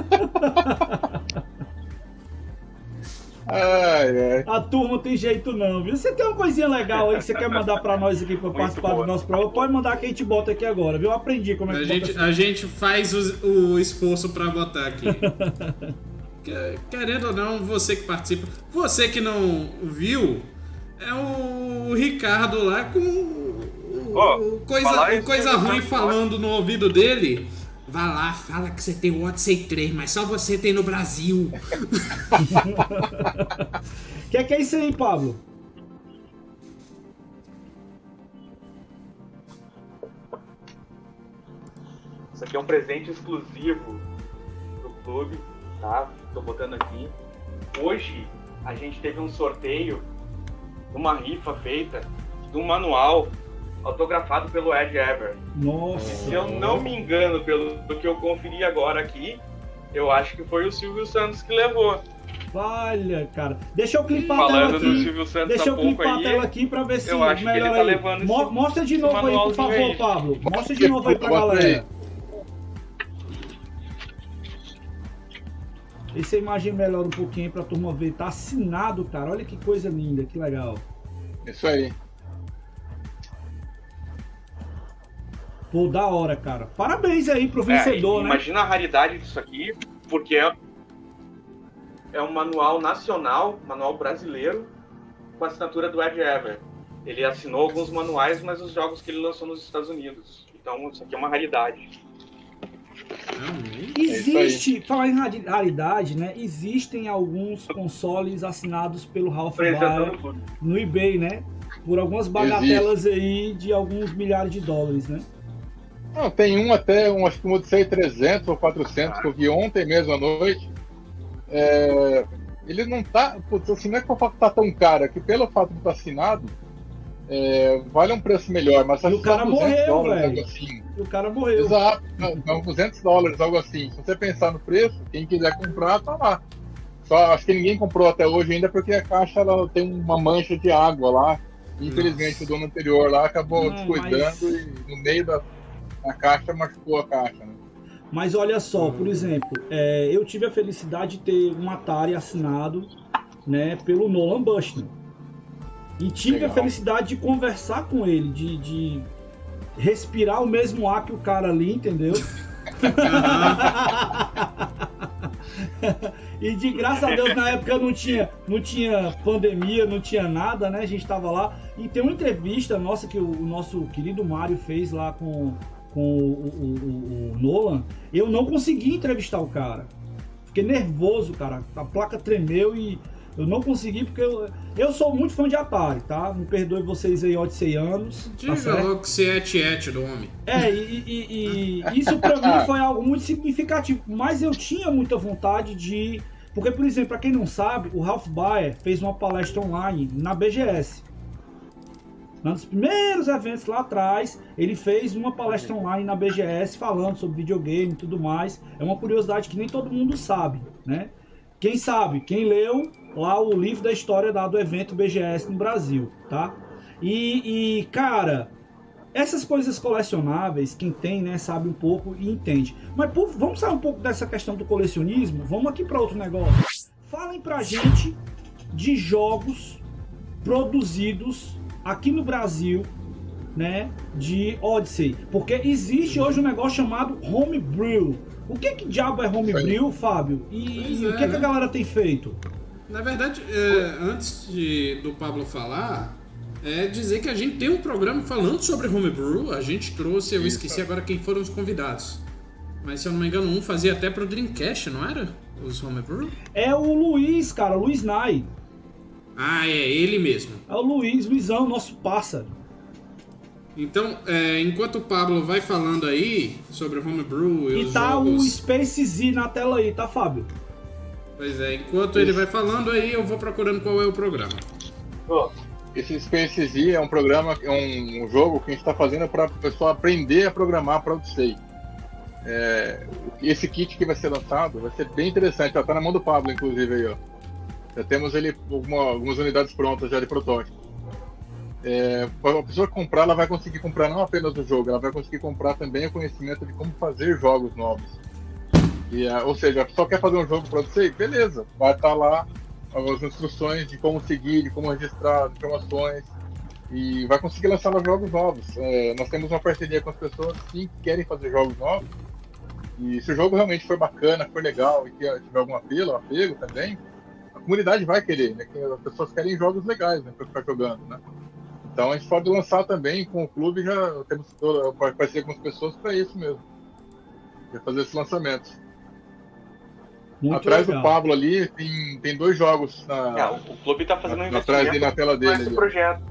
Speaker 3: Ai, ai.
Speaker 2: A turma tem jeito não, viu? Você tem uma coisinha legal aí que você quer mandar pra nós aqui pra
Speaker 4: Muito
Speaker 2: participar
Speaker 4: boa.
Speaker 2: do nosso programa? Pode mandar que a gente bota aqui agora, viu? Eu aprendi como é que
Speaker 1: A
Speaker 2: bota
Speaker 1: gente,
Speaker 2: assim.
Speaker 1: a gente faz o, o esforço pra botar aqui. Querendo ou não, você que participa. Você que não viu, é o Ricardo lá com o,
Speaker 4: Oh,
Speaker 1: o coisa,
Speaker 4: falar
Speaker 1: o
Speaker 4: isso
Speaker 1: coisa
Speaker 4: é
Speaker 1: ruim
Speaker 4: muito
Speaker 1: falando no ouvido dele. Vá lá, fala que você tem o Odyssey três, mas só você tem no Brasil.
Speaker 2: O que é que é isso aí, Pablo?
Speaker 4: Isso aqui é um presente exclusivo do clube, tá? Tô botando aqui. Hoje a gente teve um sorteio, uma rifa feita de um manual autografado pelo Ed Ever.
Speaker 2: Nossa.
Speaker 4: Se eu não me engano, pelo do que eu conferi agora aqui, eu acho que foi o Silvio Santos que levou.
Speaker 2: Olha, cara. Deixa eu clipar
Speaker 4: Falando
Speaker 2: a tela
Speaker 4: do
Speaker 2: aqui.
Speaker 4: Silvio Santos
Speaker 2: Deixa
Speaker 4: há
Speaker 2: eu
Speaker 4: pouco
Speaker 2: clipar
Speaker 4: aí,
Speaker 2: a tela aqui pra ver se
Speaker 4: eu acho que ele
Speaker 2: melhora
Speaker 4: tá
Speaker 2: aí.
Speaker 4: levando
Speaker 2: Mo-
Speaker 4: esse-
Speaker 2: Mostra de
Speaker 4: esse
Speaker 2: novo aí, por
Speaker 4: manualzinho
Speaker 2: favor,
Speaker 4: aí.
Speaker 2: Pablo. Mostra de novo aí pra
Speaker 3: Bota aí.
Speaker 2: galera. Vê se a imagem melhora um pouquinho aí pra turma ver. Tá assinado, cara. Olha que coisa linda, que legal.
Speaker 3: Isso aí.
Speaker 2: Pô, da hora, cara. Parabéns aí pro
Speaker 4: É,
Speaker 2: vencedor, né?
Speaker 4: imagina a raridade disso aqui, porque é, é um manual nacional, manual brasileiro, com a assinatura do Ed Ever. Ele assinou alguns manuais, mas os jogos que ele lançou nos Estados Unidos. Então isso aqui é uma raridade.
Speaker 1: Realmente.
Speaker 2: Existe, falar em rari- raridade, né? Existem alguns consoles assinados pelo Ralph
Speaker 4: Apresentando
Speaker 2: Baer
Speaker 4: o clube.
Speaker 2: no eBay, né? Por algumas bagatelas aí de alguns milhares de dólares, né?
Speaker 3: Não, tem um até, um, acho que um Odyssey trezentos ou quatrocentos, que eu vi ontem mesmo à noite. É, ele não tá, putz, assim, não é que o fato tá tão caro, é que pelo fato de estar assinado, é, vale um preço melhor, mas
Speaker 2: E
Speaker 3: acho
Speaker 2: o
Speaker 3: que são
Speaker 2: cara
Speaker 3: duzentos
Speaker 2: morreu,
Speaker 3: dólares,
Speaker 2: velho.
Speaker 3: algo assim.
Speaker 2: E o cara morreu.
Speaker 3: Exato, são duzentos dólares, algo assim. Se você pensar no preço, quem quiser comprar, tá lá. Só acho que ninguém comprou até hoje ainda porque a caixa ela tem uma mancha de água lá Infelizmente
Speaker 1: Nossa.
Speaker 3: o dono anterior lá acabou
Speaker 2: Não,
Speaker 3: descuidando
Speaker 2: mas...
Speaker 3: e no meio da, da caixa machucou a caixa, né?
Speaker 2: Mas olha só, por exemplo, é, eu tive a felicidade de ter um Atari assinado, né, pelo Nolan Bushnell. E tive
Speaker 3: Legal.
Speaker 2: a felicidade de conversar com ele, de, de respirar o mesmo ar que o cara ali, entendeu? E de graças a Deus na época não tinha, não tinha pandemia, não tinha nada, né? A gente tava lá. E tem uma entrevista nossa que o, o nosso querido Mário fez lá com, com o, o, o, o Nolan. Eu não consegui entrevistar o cara. Fiquei nervoso, cara. A placa tremeu e eu não consegui porque eu, eu sou muito fã de Atari, tá? Me perdoe vocês aí, odisseianos.
Speaker 1: Diga
Speaker 2: Tá certo?
Speaker 1: logo que você é tiete do homem.
Speaker 2: É, e, e- e isso pra mim foi algo muito significativo. Mas eu tinha muita vontade de... Porque, por exemplo, pra quem não sabe, o Ralph Baer fez uma palestra online na B G S. Um dos primeiros eventos lá atrás, ele fez uma palestra online na B G S falando sobre videogame e tudo mais. É uma curiosidade que nem todo mundo sabe, né? Quem sabe, quem leu lá o livro da história da- do evento B G S no Brasil, tá? E, e, cara, essas coisas colecionáveis, quem tem, né, sabe um pouco e entende. Mas pô, vamos sair um pouco dessa questão do colecionismo? Vamos aqui para outro negócio. Falem pra gente de jogos produzidos aqui no Brasil, né, de Odyssey. Porque existe hoje um negócio chamado Homebrew. O que que diabo é Homebrew, Fábio? E,
Speaker 1: Pois
Speaker 2: e
Speaker 1: é,
Speaker 2: o que,
Speaker 1: né?
Speaker 2: que a galera tem feito?
Speaker 1: Na verdade, é, antes de, do Pablo falar, é dizer que a gente tem um programa falando sobre Homebrew. A gente trouxe, eu
Speaker 3: Isso.
Speaker 1: esqueci agora quem foram os convidados. Mas se eu não me engano, um fazia até pro Dreamcast, não era? Os Homebrew?
Speaker 2: É o Luiz, cara, o Luiz Nai.
Speaker 1: Ah, é ele mesmo.
Speaker 2: É o Luiz, Luizão, nosso pássaro.
Speaker 1: Então, é, enquanto o Pablo vai falando aí sobre o Homebrew e,
Speaker 2: E
Speaker 1: os
Speaker 2: tá
Speaker 1: jogos...
Speaker 2: o Space Z na tela aí, tá, Fábio?
Speaker 1: Pois é, enquanto ele vai falando aí, eu vou procurando qual é o programa.
Speaker 3: Esse Space Z é um programa, é um, um jogo que a gente está fazendo para o pessoal aprender a programar para Odyssey. É, esse kit que vai ser lançado vai ser bem interessante, já tá na mão do Pablo, inclusive aí, ó. Já temos ele alguma, algumas unidades prontas já de protótipo. É, a pessoa que comprar, ela vai conseguir comprar não apenas o jogo, ela vai conseguir comprar também o conhecimento de como fazer jogos novos. E, é, ou seja, a pessoa quer fazer um jogo para você, beleza, vai estar lá as instruções de como seguir, de como registrar as informações e vai conseguir lançar os jogos novos. É, nós temos uma parceria com as pessoas que querem fazer jogos novos e se o jogo realmente for bacana, for legal e tiver algum apelo, apego também, a comunidade vai querer, né? As pessoas querem jogos legais, né, para ficar jogando, né? Então a gente pode lançar também com o clube, já temos toda parceria com as pessoas para isso mesmo, para fazer esses lançamentos.
Speaker 2: Muito
Speaker 3: Atrás
Speaker 2: legal.
Speaker 3: do Pablo ali tem, tem dois jogos na,
Speaker 4: É, o, o clube tá fazendo um
Speaker 3: atrás
Speaker 4: investimento
Speaker 3: dele na tela
Speaker 4: com
Speaker 3: dele.
Speaker 4: esse
Speaker 3: ali.
Speaker 4: projeto.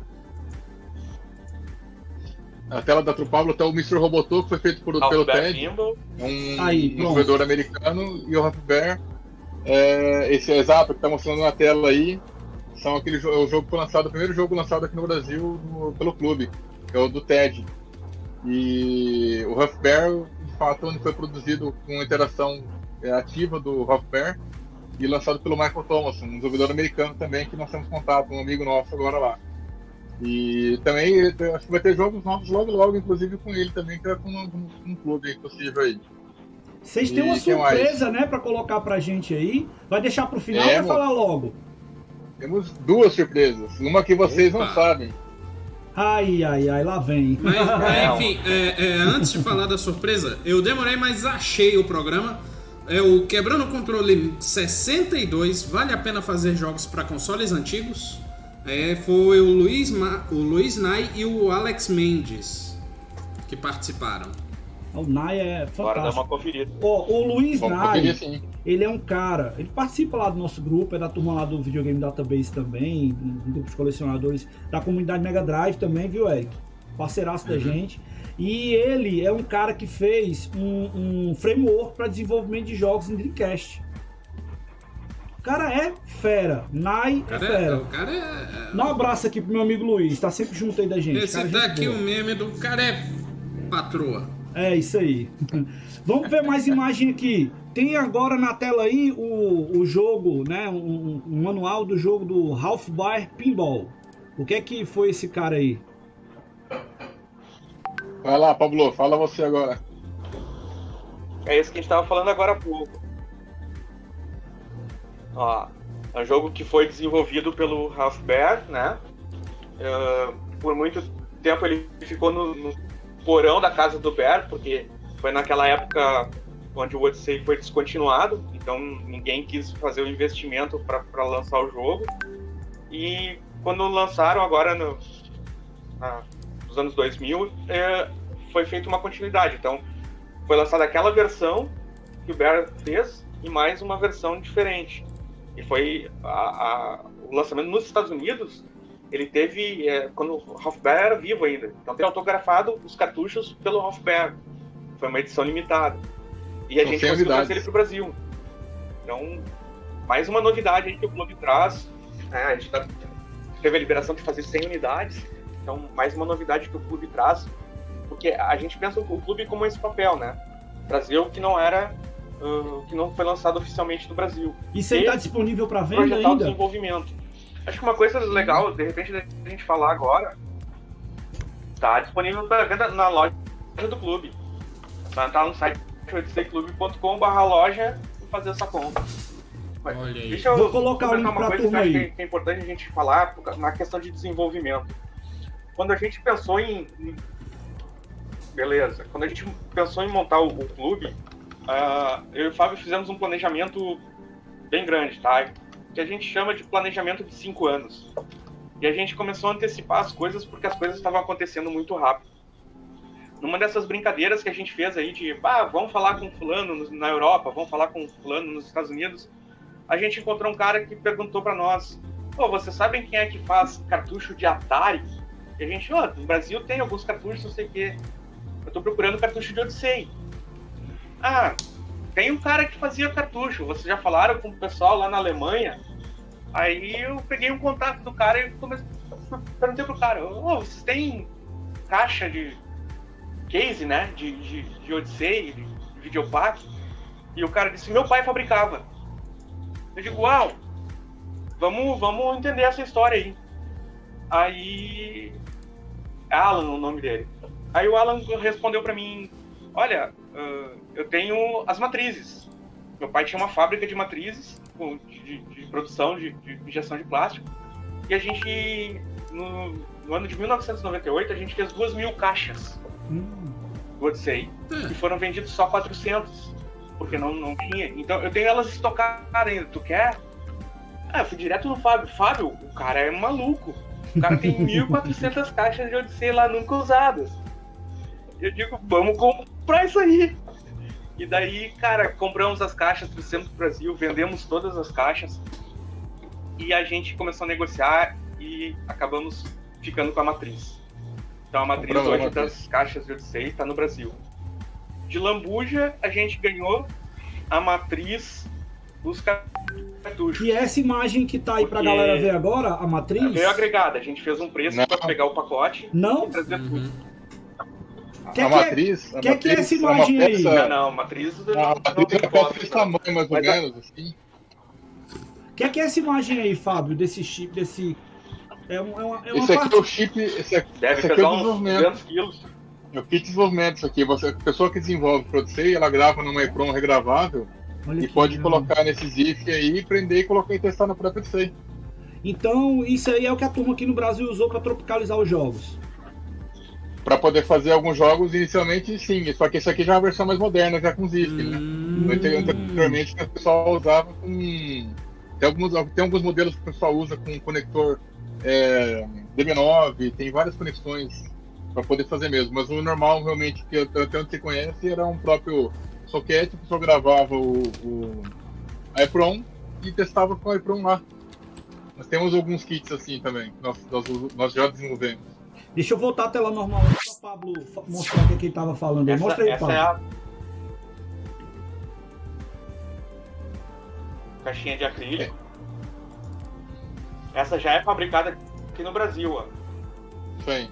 Speaker 3: Na tela da True Pablo tá o mister Robotô, que foi feito por, pelo
Speaker 4: Alphabet
Speaker 3: Ted,
Speaker 4: Pinball.
Speaker 3: um
Speaker 2: Aí,
Speaker 3: um
Speaker 2: pronto.
Speaker 3: desenvolvedor americano, e o Ralph Baer, é, esse exato que tá mostrando na tela aí, são aquele jo- o jogo que foi lançado, o primeiro jogo lançado aqui no Brasil no- pelo clube, que é o do Ted. E o Ralph Baer, de fato, onde foi produzido com interação é, ativa do Ralph Baer e lançado pelo Michael Thomason, um desenvolvedor americano também, que nós temos contato, um amigo nosso agora lá. E também eu acho que vai ter jogos novos logo logo, inclusive com ele também, que é com um, um, um clube possível aí.
Speaker 2: Vocês têm uma
Speaker 3: E quem mais?
Speaker 2: surpresa, né, pra colocar pra gente aí. Vai deixar pro final
Speaker 3: É,
Speaker 2: ou vai
Speaker 3: amor.
Speaker 2: falar logo?
Speaker 3: Temos duas surpresas, uma que vocês
Speaker 1: Opa.
Speaker 3: não sabem.
Speaker 2: Ai, ai, ai, lá vem.
Speaker 1: Mas, mas, enfim, é, é, antes de falar da surpresa, eu demorei, mas achei o programa. É o Quebrando o Controle sessenta e dois, vale a pena fazer jogos para consoles antigos? É, foi o Luiz, Ma, o Luiz Nai e o Alex Mendes que participaram.
Speaker 2: O Nai é
Speaker 4: Bora dar uma
Speaker 2: fantástico.
Speaker 4: conferida.
Speaker 2: Ó, o Luiz
Speaker 3: Vamos
Speaker 2: Nai,
Speaker 3: conferir sim.
Speaker 2: ele é um cara, ele participa lá do nosso grupo, é da turma lá do Videogame Database também, um grupo de colecionadores da comunidade Mega Drive também, viu, Eric? Parceiraço da gente. E ele é um cara que fez um, um framework para desenvolvimento de jogos em Dreamcast. O cara é fera, Nai
Speaker 1: O
Speaker 2: é
Speaker 1: cara é,
Speaker 2: fera.
Speaker 1: o cara é,
Speaker 2: Dá um abraço aqui pro meu amigo Luiz, tá sempre junto aí da gente.
Speaker 1: esse
Speaker 2: cara, gente
Speaker 1: daqui
Speaker 2: boa.
Speaker 1: o meme do cara é patroa.
Speaker 2: É isso aí. Vamos ver mais imagem aqui. Tem agora na tela aí o, o jogo, né? Um, um manual do jogo do Ralph Baer Pinball. O que é que foi esse cara aí?
Speaker 3: Vai lá, Pablo, fala você agora.
Speaker 4: É isso que a gente tava falando agora há pouco. Ó, é um jogo que foi desenvolvido pelo Ralph Baer, né? Uh, por muito tempo ele ficou no, no porão da casa do Baer, porque foi naquela época onde o Odyssey foi descontinuado, então ninguém quis fazer o investimento para lançar o jogo. E quando lançaram agora no, na, nos anos dois mil, é, foi feita uma continuidade. Então foi lançada aquela versão que o Baer fez e mais uma versão diferente. E foi a, a, o lançamento nos Estados Unidos, ele teve, é, quando o Ralph Baer era vivo ainda. Então tem autografado os cartuchos pelo Ralph Baer. Foi uma edição limitada. E a
Speaker 3: Não
Speaker 4: gente
Speaker 3: tem
Speaker 4: conseguiu
Speaker 3: novidades.
Speaker 4: trazer ele para o Brasil. Então, mais uma novidade aí que o clube traz. Né? A gente tá, teve a liberação de fazer cem unidades. Então, mais uma novidade que o clube traz. Porque a gente pensa o clube como esse papel, né? Trazer o que não era, uh, que não foi lançado oficialmente no Brasil.
Speaker 2: Isso aí
Speaker 4: E
Speaker 2: tá disponível para venda
Speaker 4: projetar o
Speaker 2: ainda?
Speaker 4: desenvolvimento. Acho que uma coisa legal, de repente, da gente falar agora, tá disponível para venda na loja do clube. Tá, tá no site odyssey clube ponto com barra loja e fazer essa compra. Mas,
Speaker 1: Olha aí.
Speaker 4: deixa eu
Speaker 2: Vou colocar o link
Speaker 4: comentar uma
Speaker 2: pra
Speaker 4: coisa que eu
Speaker 2: turma
Speaker 4: acho
Speaker 2: aí.
Speaker 4: que, que é importante a gente falar na questão de desenvolvimento. Quando a gente pensou em... em- Beleza. Quando a gente pensou em montar o, o clube, uh, eu e o Fábio fizemos um planejamento bem grande, tá? Que a gente chama de planejamento de cinco anos. E a gente começou a antecipar as coisas porque as coisas estavam acontecendo muito rápido. Numa dessas brincadeiras que a gente fez aí de, ah, vamos falar com fulano no- na Europa, vamos falar com fulano nos Estados Unidos, a gente encontrou um cara que perguntou pra nós, pô, vocês sabem quem é que faz cartucho de Atari? E a gente, ó, no Brasil tem alguns cartuchos, não sei o quê. Eu tô procurando cartucho de Odyssey. Ah, tem um cara que fazia cartucho, vocês já falaram com o pessoal lá na Alemanha? Aí eu peguei um contato do cara e comecei, perguntei pro cara, ô, vocês têm caixa de case, né, de, de, de Odyssey, de, de Videopack? E o cara disse, meu pai fabricava. Eu digo, uau, vamos, vamos entender essa história aí. Aí, Alan, o nome dele. Aí o Alan respondeu pra mim, olha, uh, eu tenho as matrizes. Meu pai tinha uma fábrica de matrizes, com- de, de- de produção de, de injeção de plástico, e a gente, no, no ano de mil novecentos e noventa e oito, a gente fez duas mil caixas
Speaker 2: Hum.
Speaker 4: do Odyssey, e foram vendidos só quatrocentos, porque não, não tinha. Então eu tenho elas estocadas ainda, tu quer? Ah, eu fui direto no Fábio. Fábio, o cara é maluco. O cara tem mil e quatrocentas caixas de Odyssey lá nunca usadas. Eu digo, vamos comprar isso aí. E daí, cara, compramos as caixas, trouxemos pro Brasil, vendemos todas as caixas. E a gente começou a negociar e acabamos ficando com a matriz. Então a matriz
Speaker 3: Compramos a
Speaker 4: hoje
Speaker 3: matriz.
Speaker 4: das caixas de Odyssey está no Brasil. De Lambuja, a gente ganhou a matriz dos cartuchos.
Speaker 2: E essa imagem que tá aí pra
Speaker 4: Porque-
Speaker 2: galera ver agora, a matriz?
Speaker 4: Veio agregada, a gente fez um preço
Speaker 3: Não.
Speaker 4: para pegar o pacote
Speaker 2: Não?
Speaker 4: e trazer tudo.
Speaker 1: Uhum.
Speaker 2: Que
Speaker 3: a
Speaker 2: que é-
Speaker 3: matriz, a
Speaker 2: que que é
Speaker 3: matriz
Speaker 2: essa
Speaker 3: é uma
Speaker 2: imagem aí?
Speaker 3: peça,
Speaker 4: Não, não, matriz do
Speaker 3: a
Speaker 4: não, não
Speaker 3: matriz
Speaker 4: tem
Speaker 3: é uma peça
Speaker 4: foto,
Speaker 3: desse
Speaker 4: não.
Speaker 3: tamanho, mais ou
Speaker 4: Mas a-
Speaker 3: menos, assim.
Speaker 2: O que é que é essa imagem aí, Fábio, desse chip, desse... É, um- é uma, é uma
Speaker 3: Esse aqui
Speaker 2: parte...
Speaker 3: é o chip, esse aqui,
Speaker 4: Deve
Speaker 3: esse aqui é
Speaker 4: pesar
Speaker 3: o
Speaker 4: uns
Speaker 3: desenvolvimento.
Speaker 4: duzentos quilos.
Speaker 3: É o kit de desenvolvimento isso aqui. Você, a pessoa que desenvolve o Odyssey, ela grava numa EPROM regravável
Speaker 2: Olha
Speaker 3: e
Speaker 2: que
Speaker 3: pode
Speaker 2: legal.
Speaker 3: colocar nesse zip aí, prender e colocar e testar no próprio Odyssey.
Speaker 2: Então, isso aí é o que a turma aqui no Brasil usou pra tropicalizar os jogos.
Speaker 3: Pra poder fazer alguns jogos, inicialmente sim, só que esse aqui já é uma versão mais moderna, já com zip, né?
Speaker 1: Hum.
Speaker 3: Anteriormente o pessoal usava com. Tem alguns, tem alguns modelos que o pessoal usa com conector é, D B nove, tem várias conexões para poder fazer mesmo, mas o normal realmente, que até onde você conhece, era um próprio socket, o pessoal gravava o, o a EPROM e testava com a EPROM lá. Nós temos alguns kits assim também, nós, nós, nós já desenvolvemos.
Speaker 2: Deixa eu voltar à tela normal para o Pablo fa- mostrar o que, é que ele tava falando. aí.
Speaker 4: Essa,
Speaker 2: Mostra aí,
Speaker 4: essa
Speaker 2: Pablo.
Speaker 4: é a caixinha de acrílico. Essa já é fabricada aqui no Brasil, ó.
Speaker 3: Isso aí.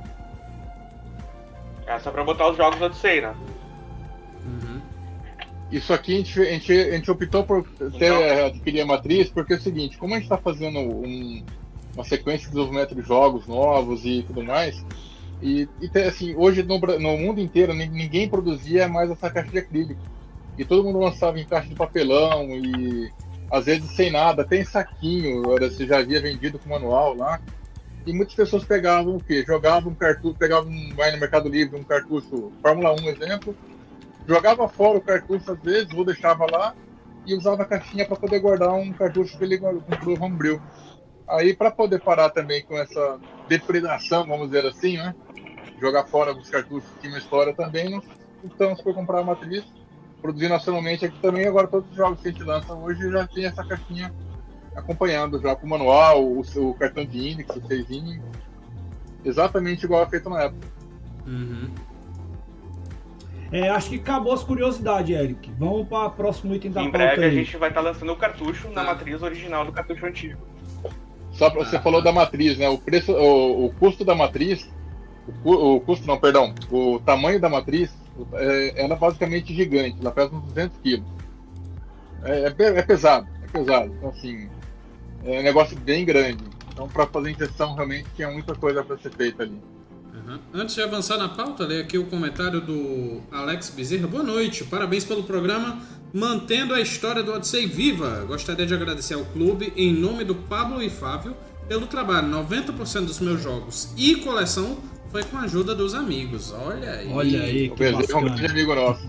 Speaker 4: Essa é pra botar os jogos do Odyssey, né?
Speaker 1: Uhum.
Speaker 3: Isso aqui a gente, a gente, a gente optou por ter,
Speaker 4: Então-
Speaker 3: adquirir a matriz, porque é o seguinte, como a gente está fazendo um, uma sequência de desenvolvimento de jogos novos e tudo mais, e, e tem, assim, hoje no, Bra- no mundo inteiro nin- ninguém produzia mais essa caixa de acrílico. E todo mundo lançava em caixa de papelão e às vezes sem nada, até em saquinho, era, você já havia vendido com manual lá. E muitas pessoas pegavam o quê? Jogavam um cartucho, pegavam, um, vai no Mercado Livre, um cartucho Fórmula um, exemplo, jogava fora o cartucho às vezes, ou deixava lá, e usava a caixinha para poder guardar um cartucho que ele comprou Homebrew. Aí, para poder parar também com essa depredação, vamos dizer assim, né? Jogar fora os cartuchos que tinha uma história também, nós optamos por comprar a matriz, produzir nacionalmente aqui também. Agora todos os jogos que a gente lança hoje já tem essa caixinha acompanhando, já com o manual, o, o cartão de índice, o seisinho, exatamente igual a feito na época.
Speaker 1: Uhum.
Speaker 2: É, acho que acabou as curiosidades, Eric. Vamos para o próximo item da
Speaker 4: Em
Speaker 2: pauta
Speaker 4: breve a
Speaker 2: aí.
Speaker 4: gente vai estar lançando o cartucho na
Speaker 1: Tá.
Speaker 4: matriz original do cartucho antigo.
Speaker 3: Só pra, você
Speaker 1: Ah,
Speaker 3: falou
Speaker 1: tá.
Speaker 3: da matriz, né? O preço, o, o custo da matriz, o, cu- o custo não, perdão, o tamanho da matriz é, ela é basicamente gigante, ela pesa uns duzentos quilos. É, é, pe- é pesado, é pesado. Então assim, é um negócio bem grande. Então para fazer injeção realmente tinha muita coisa para ser feita ali.
Speaker 1: Uhum. Antes de avançar na pauta, ler aqui o comentário do Alex Bezerra. Boa noite, parabéns pelo programa, mantendo a história do Odyssey viva. Gostaria de agradecer ao clube, em nome do Pablo e Fábio, pelo trabalho. noventa por cento dos meus jogos e coleção foi com a ajuda dos amigos. Olha aí.
Speaker 2: Olha aí,
Speaker 3: O
Speaker 2: que
Speaker 3: Bezerra é um grande
Speaker 2: bacana.
Speaker 3: amigo nosso.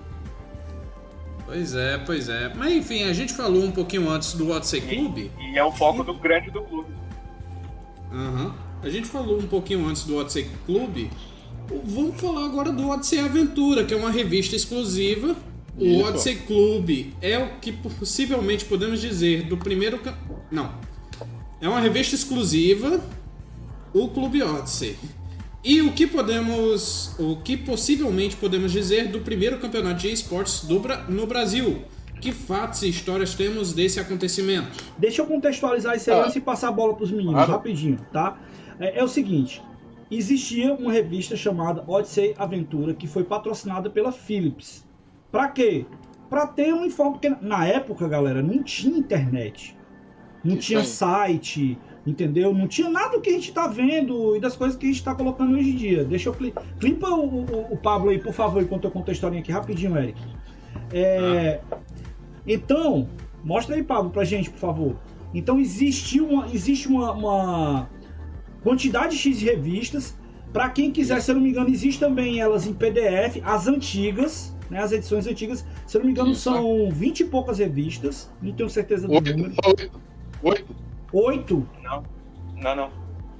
Speaker 1: Pois é, pois é. Mas enfim, a gente falou um pouquinho antes do Odyssey Clube.
Speaker 4: E é o foco do grande do clube.
Speaker 1: Aham. A gente falou um pouquinho antes do Odyssey Clube. Vamos falar agora do Odyssey Aventura, que é uma revista exclusiva. O
Speaker 3: Isso.
Speaker 1: Odyssey Clube é o que possivelmente podemos dizer do primeiro... ca- Não. É uma revista exclusiva, o Clube Odyssey. E o que podemos... O que possivelmente podemos dizer do primeiro campeonato de esportes do Bra- no Brasil. Que fatos e histórias temos desse acontecimento?
Speaker 2: Deixa eu contextualizar esse
Speaker 3: Ah.
Speaker 2: lance e passar a bola para os meninos,
Speaker 3: Claro.
Speaker 2: rapidinho, tá? É, é o seguinte, existia uma revista chamada Odyssey Aventura, que foi patrocinada pela Philips. Pra quê? Pra ter um informe, porque na época, galera, não tinha internet. Não
Speaker 3: Isso
Speaker 2: tinha
Speaker 3: aí.
Speaker 2: site, entendeu? Não tinha nada do que a gente tá vendo e das coisas que a gente tá colocando hoje em dia. Deixa eu... Cli... Clipa o, o, o Pablo aí, por favor, enquanto eu conto a historinha aqui rapidinho, Eric. É... Então, mostra aí, Pablo, pra gente, por favor. Então, existe uma, existe uma, uma quantidade X de revistas. Pra quem quiser, se eu não me engano, existe também elas em P D F, as antigas, né, as edições antigas. Se eu não me engano,
Speaker 3: Isso.
Speaker 2: são vinte e poucas revistas. Não tenho certeza do
Speaker 3: Oito,
Speaker 2: número.
Speaker 3: só oito. Oito,
Speaker 2: Oito?
Speaker 4: Não, não, não.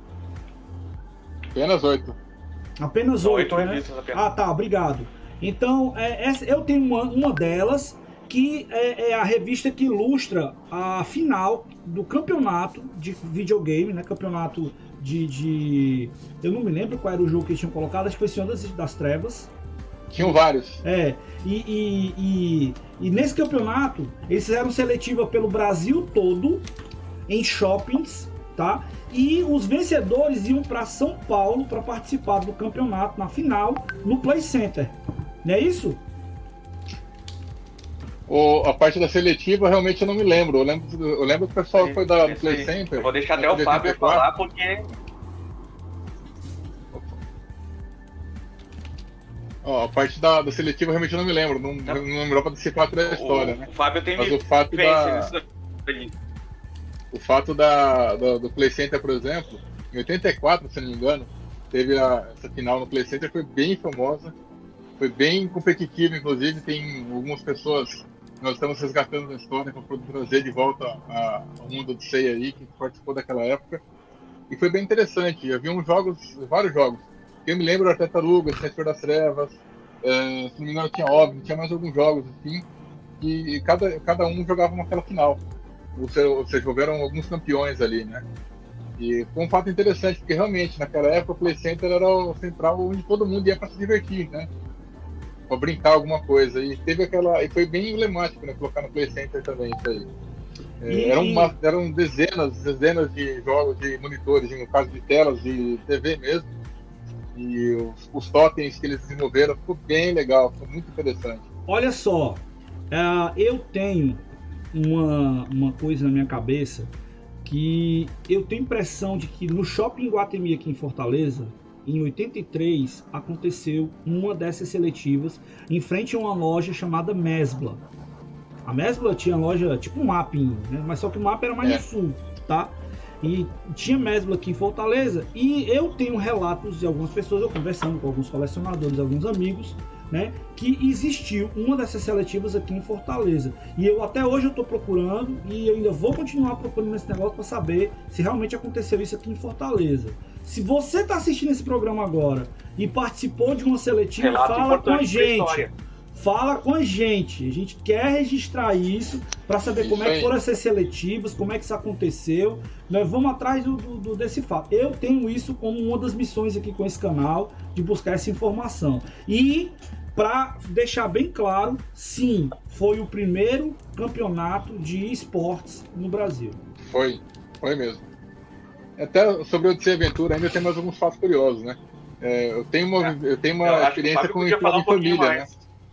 Speaker 3: apenas oito.
Speaker 2: Apenas
Speaker 4: São
Speaker 2: oito,
Speaker 4: oito
Speaker 2: né?
Speaker 4: revistas apenas.
Speaker 2: Ah, tá, obrigado. Então, é, essa, eu tenho uma, uma delas, que é, é a revista que ilustra a final do campeonato de videogame, né? Campeonato de, de... Eu não me lembro qual era o jogo que eles tinham colocado, acho que foi Senhor das, das Trevas.
Speaker 3: Tinham vários.
Speaker 2: É, e, e, e, e nesse campeonato, eles fizeram seletiva pelo Brasil todo, em shoppings, tá? E os vencedores iam para São Paulo para participar do campeonato na final, no Play Center. Não é isso?
Speaker 3: O, a parte da seletiva realmente eu não me lembro. Eu lembro, eu lembro que o pessoal foi da, do
Speaker 4: Isso
Speaker 3: Play
Speaker 4: aí.
Speaker 3: Center.
Speaker 4: Eu vou deixar até
Speaker 3: na
Speaker 4: o Fábio
Speaker 3: oitenta e quatro.
Speaker 4: falar, porque
Speaker 3: Ó, a parte da, da seletiva realmente eu não me lembro. Não,
Speaker 4: Tá.
Speaker 3: não lembrava desse fato da história,
Speaker 4: o,
Speaker 3: né?
Speaker 4: o Fábio tem
Speaker 3: Mas
Speaker 4: me
Speaker 3: o fato
Speaker 4: vence
Speaker 3: da,
Speaker 4: nisso aí.
Speaker 3: o fato da, da- do Play Center, por exemplo, em oitenta e quatro, se não me engano, teve a, essa final no Play Center, foi bem famosa, foi bem competitiva, inclusive, tem algumas pessoas, nós estamos resgatando a história para poder trazer de volta a- ao mundo do Sei aí, que participou daquela época, e foi bem interessante, havia uns jogos, vários jogos, eu me lembro da Tartaruga, Senhor das Trevas, é, se não me engano tinha óbvio, tinha mais alguns jogos, assim, e cada, cada um jogava naquela final. Ou seja, ou seja, houveram alguns campeões ali, né? E foi um fato interessante, porque realmente, naquela época, o Play Center era o central onde todo mundo ia para se divertir, né? Para brincar alguma coisa. E teve aquela. E foi bem emblemático, né? Colocar no Play Center também isso aí. É,
Speaker 2: E-
Speaker 3: eram, uma, eram dezenas, dezenas de jogos, de monitores, no caso de telas, de T V mesmo. E os, os totens que eles desenvolveram ficou bem legal, ficou muito interessante.
Speaker 2: Olha só, Uh, eu tenho uma, uma coisa na minha cabeça que eu tenho impressão de que no Shopping Iguatemi aqui em Fortaleza, em oitenta e três, aconteceu uma dessas seletivas em frente a uma loja chamada Mesbla. A Mesbla tinha loja tipo um Mapping, né? Mas só que o Mapping era mais é. no sul, tá? E tinha Mesbla aqui em Fortaleza, e eu tenho relatos de algumas pessoas, eu conversando com alguns colecionadores, alguns amigos, né, que existiu uma dessas seletivas aqui em Fortaleza. E eu até hoje eu estou procurando, e eu ainda vou continuar procurando esse negócio para saber se realmente aconteceu isso aqui em Fortaleza. Se você está assistindo esse programa agora e participou de uma seletiva, relato fala com a gente. Fala com a gente. A gente quer registrar isso para saber isso como é que foram essas seletivas, como é que isso aconteceu. Nós vamos atrás do, do, desse fato. Eu tenho isso como uma das missões aqui com esse canal, de buscar essa informação. E, para deixar bem claro, sim, foi o primeiro campeonato de esportes no Brasil.
Speaker 3: Foi, foi mesmo. Até sobre o Odyssey Aventura ainda tem mais alguns fatos curiosos, né? É, eu tenho uma, eu tenho uma eu experiência com em um família, né?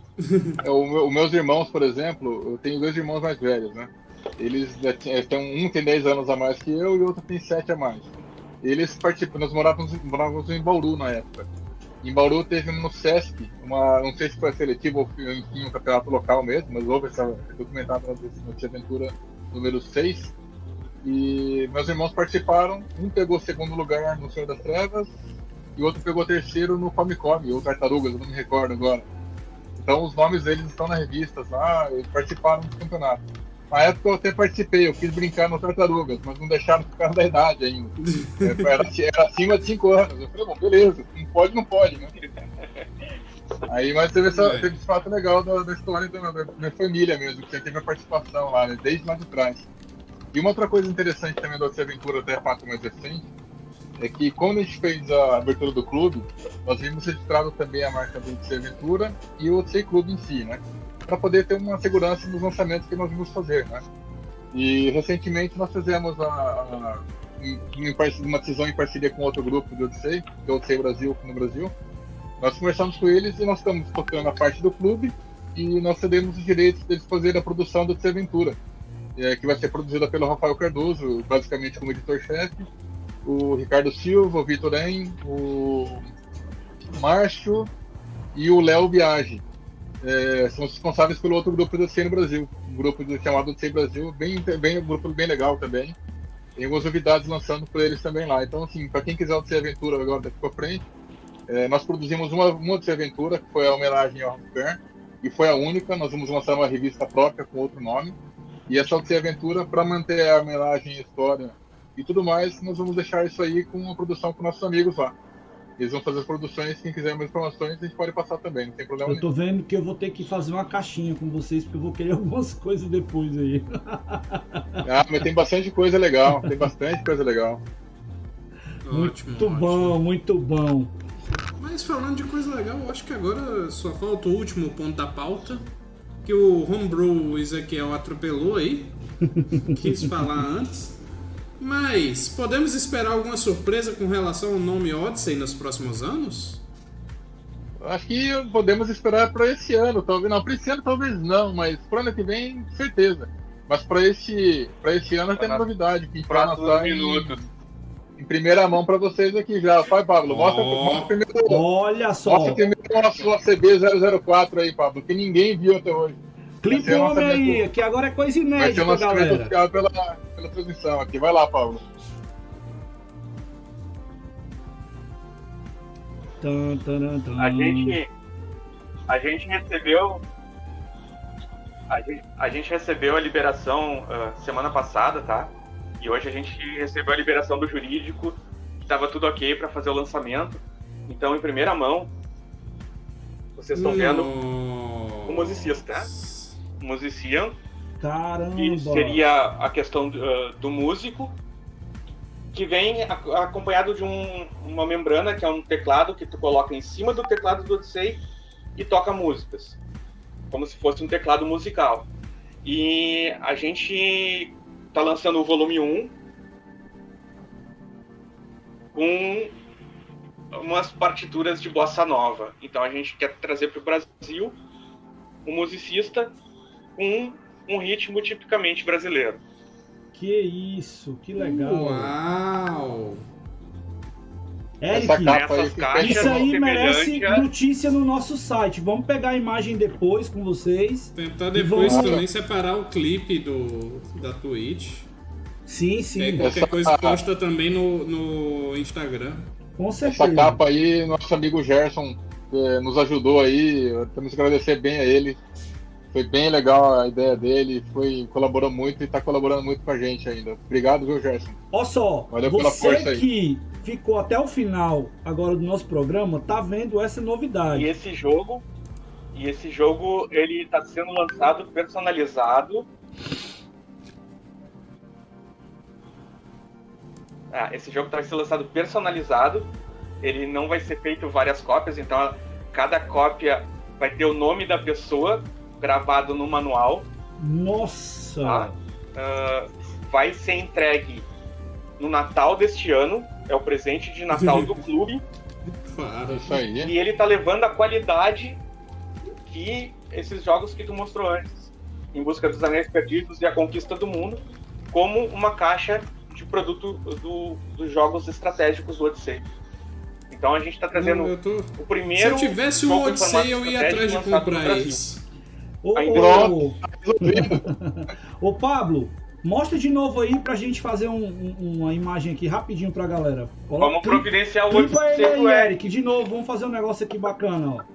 Speaker 3: Os meus irmãos, por exemplo, eu tenho dois irmãos mais velhos, né? Eles têm, um tem dez anos a mais que eu e o outro tem sete a mais. Eles participam, nós morávamos, morávamos em Bauru na época. Em Bauru teve no Sesc, uma, não sei se foi seletivo ou enfim, um campeonato local mesmo, mas houve essa documentada no Aventura número seis. E meus irmãos participaram, um pegou segundo lugar no Senhor das Trevas e o outro pegou terceiro no Come Come, ou Tartarugas, eu não me recordo agora. Então os nomes deles estão nas revistas lá, eles participaram do campeonato. Na época eu até participei, eu quis brincar no Tartarugas, mas não deixaram por causa da idade ainda. Era, era acima de cinco anos. Eu falei, bom, beleza, não pode, não pode, né? Aí, mas teve, essa, teve esse fato legal da, da história da, da minha família mesmo, que teve a participação lá, né, desde lá de trás. E uma outra coisa interessante também do Odyssey Aventura, até fato mais recente, é que quando a gente fez a abertura do clube, nós vimos registrado também a marca do Odyssey Aventura e o Odyssey Clube em si, né? Para poder ter uma segurança nos lançamentos que nós vimos fazer, né? E recentemente nós fizemos a, a, uma decisão em parceria com outro grupo do Odyssey, que é o Odyssey Brasil, aqui no Brasil. Nós conversamos com eles e nós estamos tocando a parte do clube e nós cedemos os direitos deles fazerem a produção do Odyssey Aventura, é, que vai ser produzida pelo Rafael Cardoso, basicamente como editor-chefe, o Ricardo Silva, o Vitor En, o Márcio e o Léo Biagi. É, são os responsáveis pelo outro grupo do Odyssey no Brasil, um grupo do, chamado Odyssey Brasil, bem, bem, um grupo bem legal também. Tem algumas novidades lançando por eles também lá. Então, assim, para quem quiser Odyssey Aventura agora daqui para frente, é, nós produzimos uma, uma Odyssey Aventura, que foi a homenagem ao Rapper, e foi a única. Nós vamos lançar uma revista própria com outro nome. E essa Odyssey Aventura, para manter a homenagem, a história e tudo mais, nós vamos deixar isso aí com uma produção com nossos amigos lá. Eles vão fazer as produções, quem quiser mais informações, a gente pode passar também, não tem problema
Speaker 2: Eu tô nenhum. Vendo que eu vou ter que fazer uma caixinha com vocês, porque eu vou querer algumas coisas depois aí.
Speaker 3: Ah, mas tem bastante coisa legal, tem bastante coisa legal.
Speaker 2: Muito ótimo, bom, ótimo. Muito bom.
Speaker 1: Mas falando de coisa legal, eu acho que agora só falta o último ponto da pauta, que o Homebrew Ezequiel atropelou aí, quis falar antes. Mas, podemos esperar alguma surpresa com relação ao nome Odyssey nos próximos anos?
Speaker 3: Acho que podemos esperar para esse ano, talvez não. Para esse ano talvez não, mas para o ano que vem, certeza. Mas para esse, para esse ano tem uma novidade que a gente vai lançar em, em primeira mão para vocês aqui já. Vai, Pablo, mostra, oh. mostra primeiro.
Speaker 2: Olha só.
Speaker 3: Mostra primeiro a sua C B zero zero quatro aí, Pablo, que ninguém viu até hoje.
Speaker 2: Clipe homem aí, que agora é coisa inédita,
Speaker 3: vai ser
Speaker 2: galera.
Speaker 3: Oficial pela, pela transmissão aqui. Vai lá, Paulo.
Speaker 2: Tum, tum, tum.
Speaker 4: A gente, a gente recebeu, a gente, a gente recebeu a liberação uh, semana passada, tá? E hoje a gente recebeu a liberação do jurídico, que estava tudo ok para fazer o lançamento. Então, em primeira mão, vocês estão vendo o musicista, tá? Musician,
Speaker 2: Caramba.
Speaker 4: Que seria a questão do, uh, do músico, que vem a, acompanhado de um, uma membrana, que é um teclado que tu coloca em cima do teclado do Odyssey e toca músicas, como se fosse um teclado musical. E a gente tá lançando o volume um com umas partituras de bossa nova. Então a gente quer trazer para o Brasil um musicista com um ritmo tipicamente brasileiro.
Speaker 2: Que isso, que legal.
Speaker 1: Uau!
Speaker 2: Eric,
Speaker 3: Essa capa aí
Speaker 4: Essas
Speaker 3: que
Speaker 4: caixas
Speaker 2: isso aí
Speaker 4: são
Speaker 2: merece
Speaker 4: semelhantes a-
Speaker 2: notícia no nosso site. Vamos pegar a imagem depois com vocês.
Speaker 1: Tentar depois
Speaker 2: Vamos-
Speaker 1: também separar o clipe do, da Twitch.
Speaker 2: Sim,
Speaker 1: E aí
Speaker 2: sim,
Speaker 1: qualquer
Speaker 3: Essa-
Speaker 1: coisa posta também no, no Instagram.
Speaker 2: com certeza.
Speaker 3: Essa capa aí, nosso amigo Gerson eh, nos ajudou aí, temos que agradecer bem a ele. Foi bem legal a ideia dele, foi, colaborou muito e está colaborando muito com a gente ainda. Obrigado, viu, Gerson?
Speaker 2: Olha só,
Speaker 3: Valeu pela
Speaker 2: você
Speaker 3: força aí.
Speaker 2: que ficou até o final agora do nosso programa, tá vendo essa
Speaker 4: E
Speaker 2: novidade.
Speaker 4: esse jogo, e esse jogo, ele está sendo lançado personalizado. Ah, esse jogo vai ser lançado personalizado. Ele não vai ser feito várias cópias, então cada cópia vai ter o nome da pessoa gravado no manual.
Speaker 2: Nossa!
Speaker 4: Tá? Ah, vai ser entregue no Natal deste ano. É o presente de Natal do clube.
Speaker 1: Claro.
Speaker 3: Isso aí.
Speaker 4: E ele tá levando a qualidade que esses jogos que tu mostrou antes, Em Busca dos Anéis Perdidos e A Conquista do Mundo, como uma caixa de produto do, dos jogos estratégicos do Odyssey. Então a gente está trazendo
Speaker 1: Não, eu tô-
Speaker 4: o
Speaker 1: Se
Speaker 4: primeiro
Speaker 1: eu tivesse o
Speaker 4: jogo em
Speaker 1: Odyssey,
Speaker 4: formato
Speaker 1: eu ia
Speaker 4: estratégico
Speaker 1: atrás de
Speaker 4: lançado no
Speaker 1: comprar
Speaker 4: Brasil.
Speaker 1: esse.
Speaker 2: Ô,
Speaker 4: Aí,
Speaker 2: ô,
Speaker 3: pronto.
Speaker 2: ô, Pablo, mostra de novo aí pra gente fazer um- um- uma imagem aqui rapidinho pra galera. Coloca-
Speaker 4: Vamos providenciar o
Speaker 2: Clipa ele
Speaker 4: Odyssey do
Speaker 2: aí,
Speaker 4: Eric.
Speaker 2: Eric, de novo, vamos fazer um negócio aqui bacana, ó.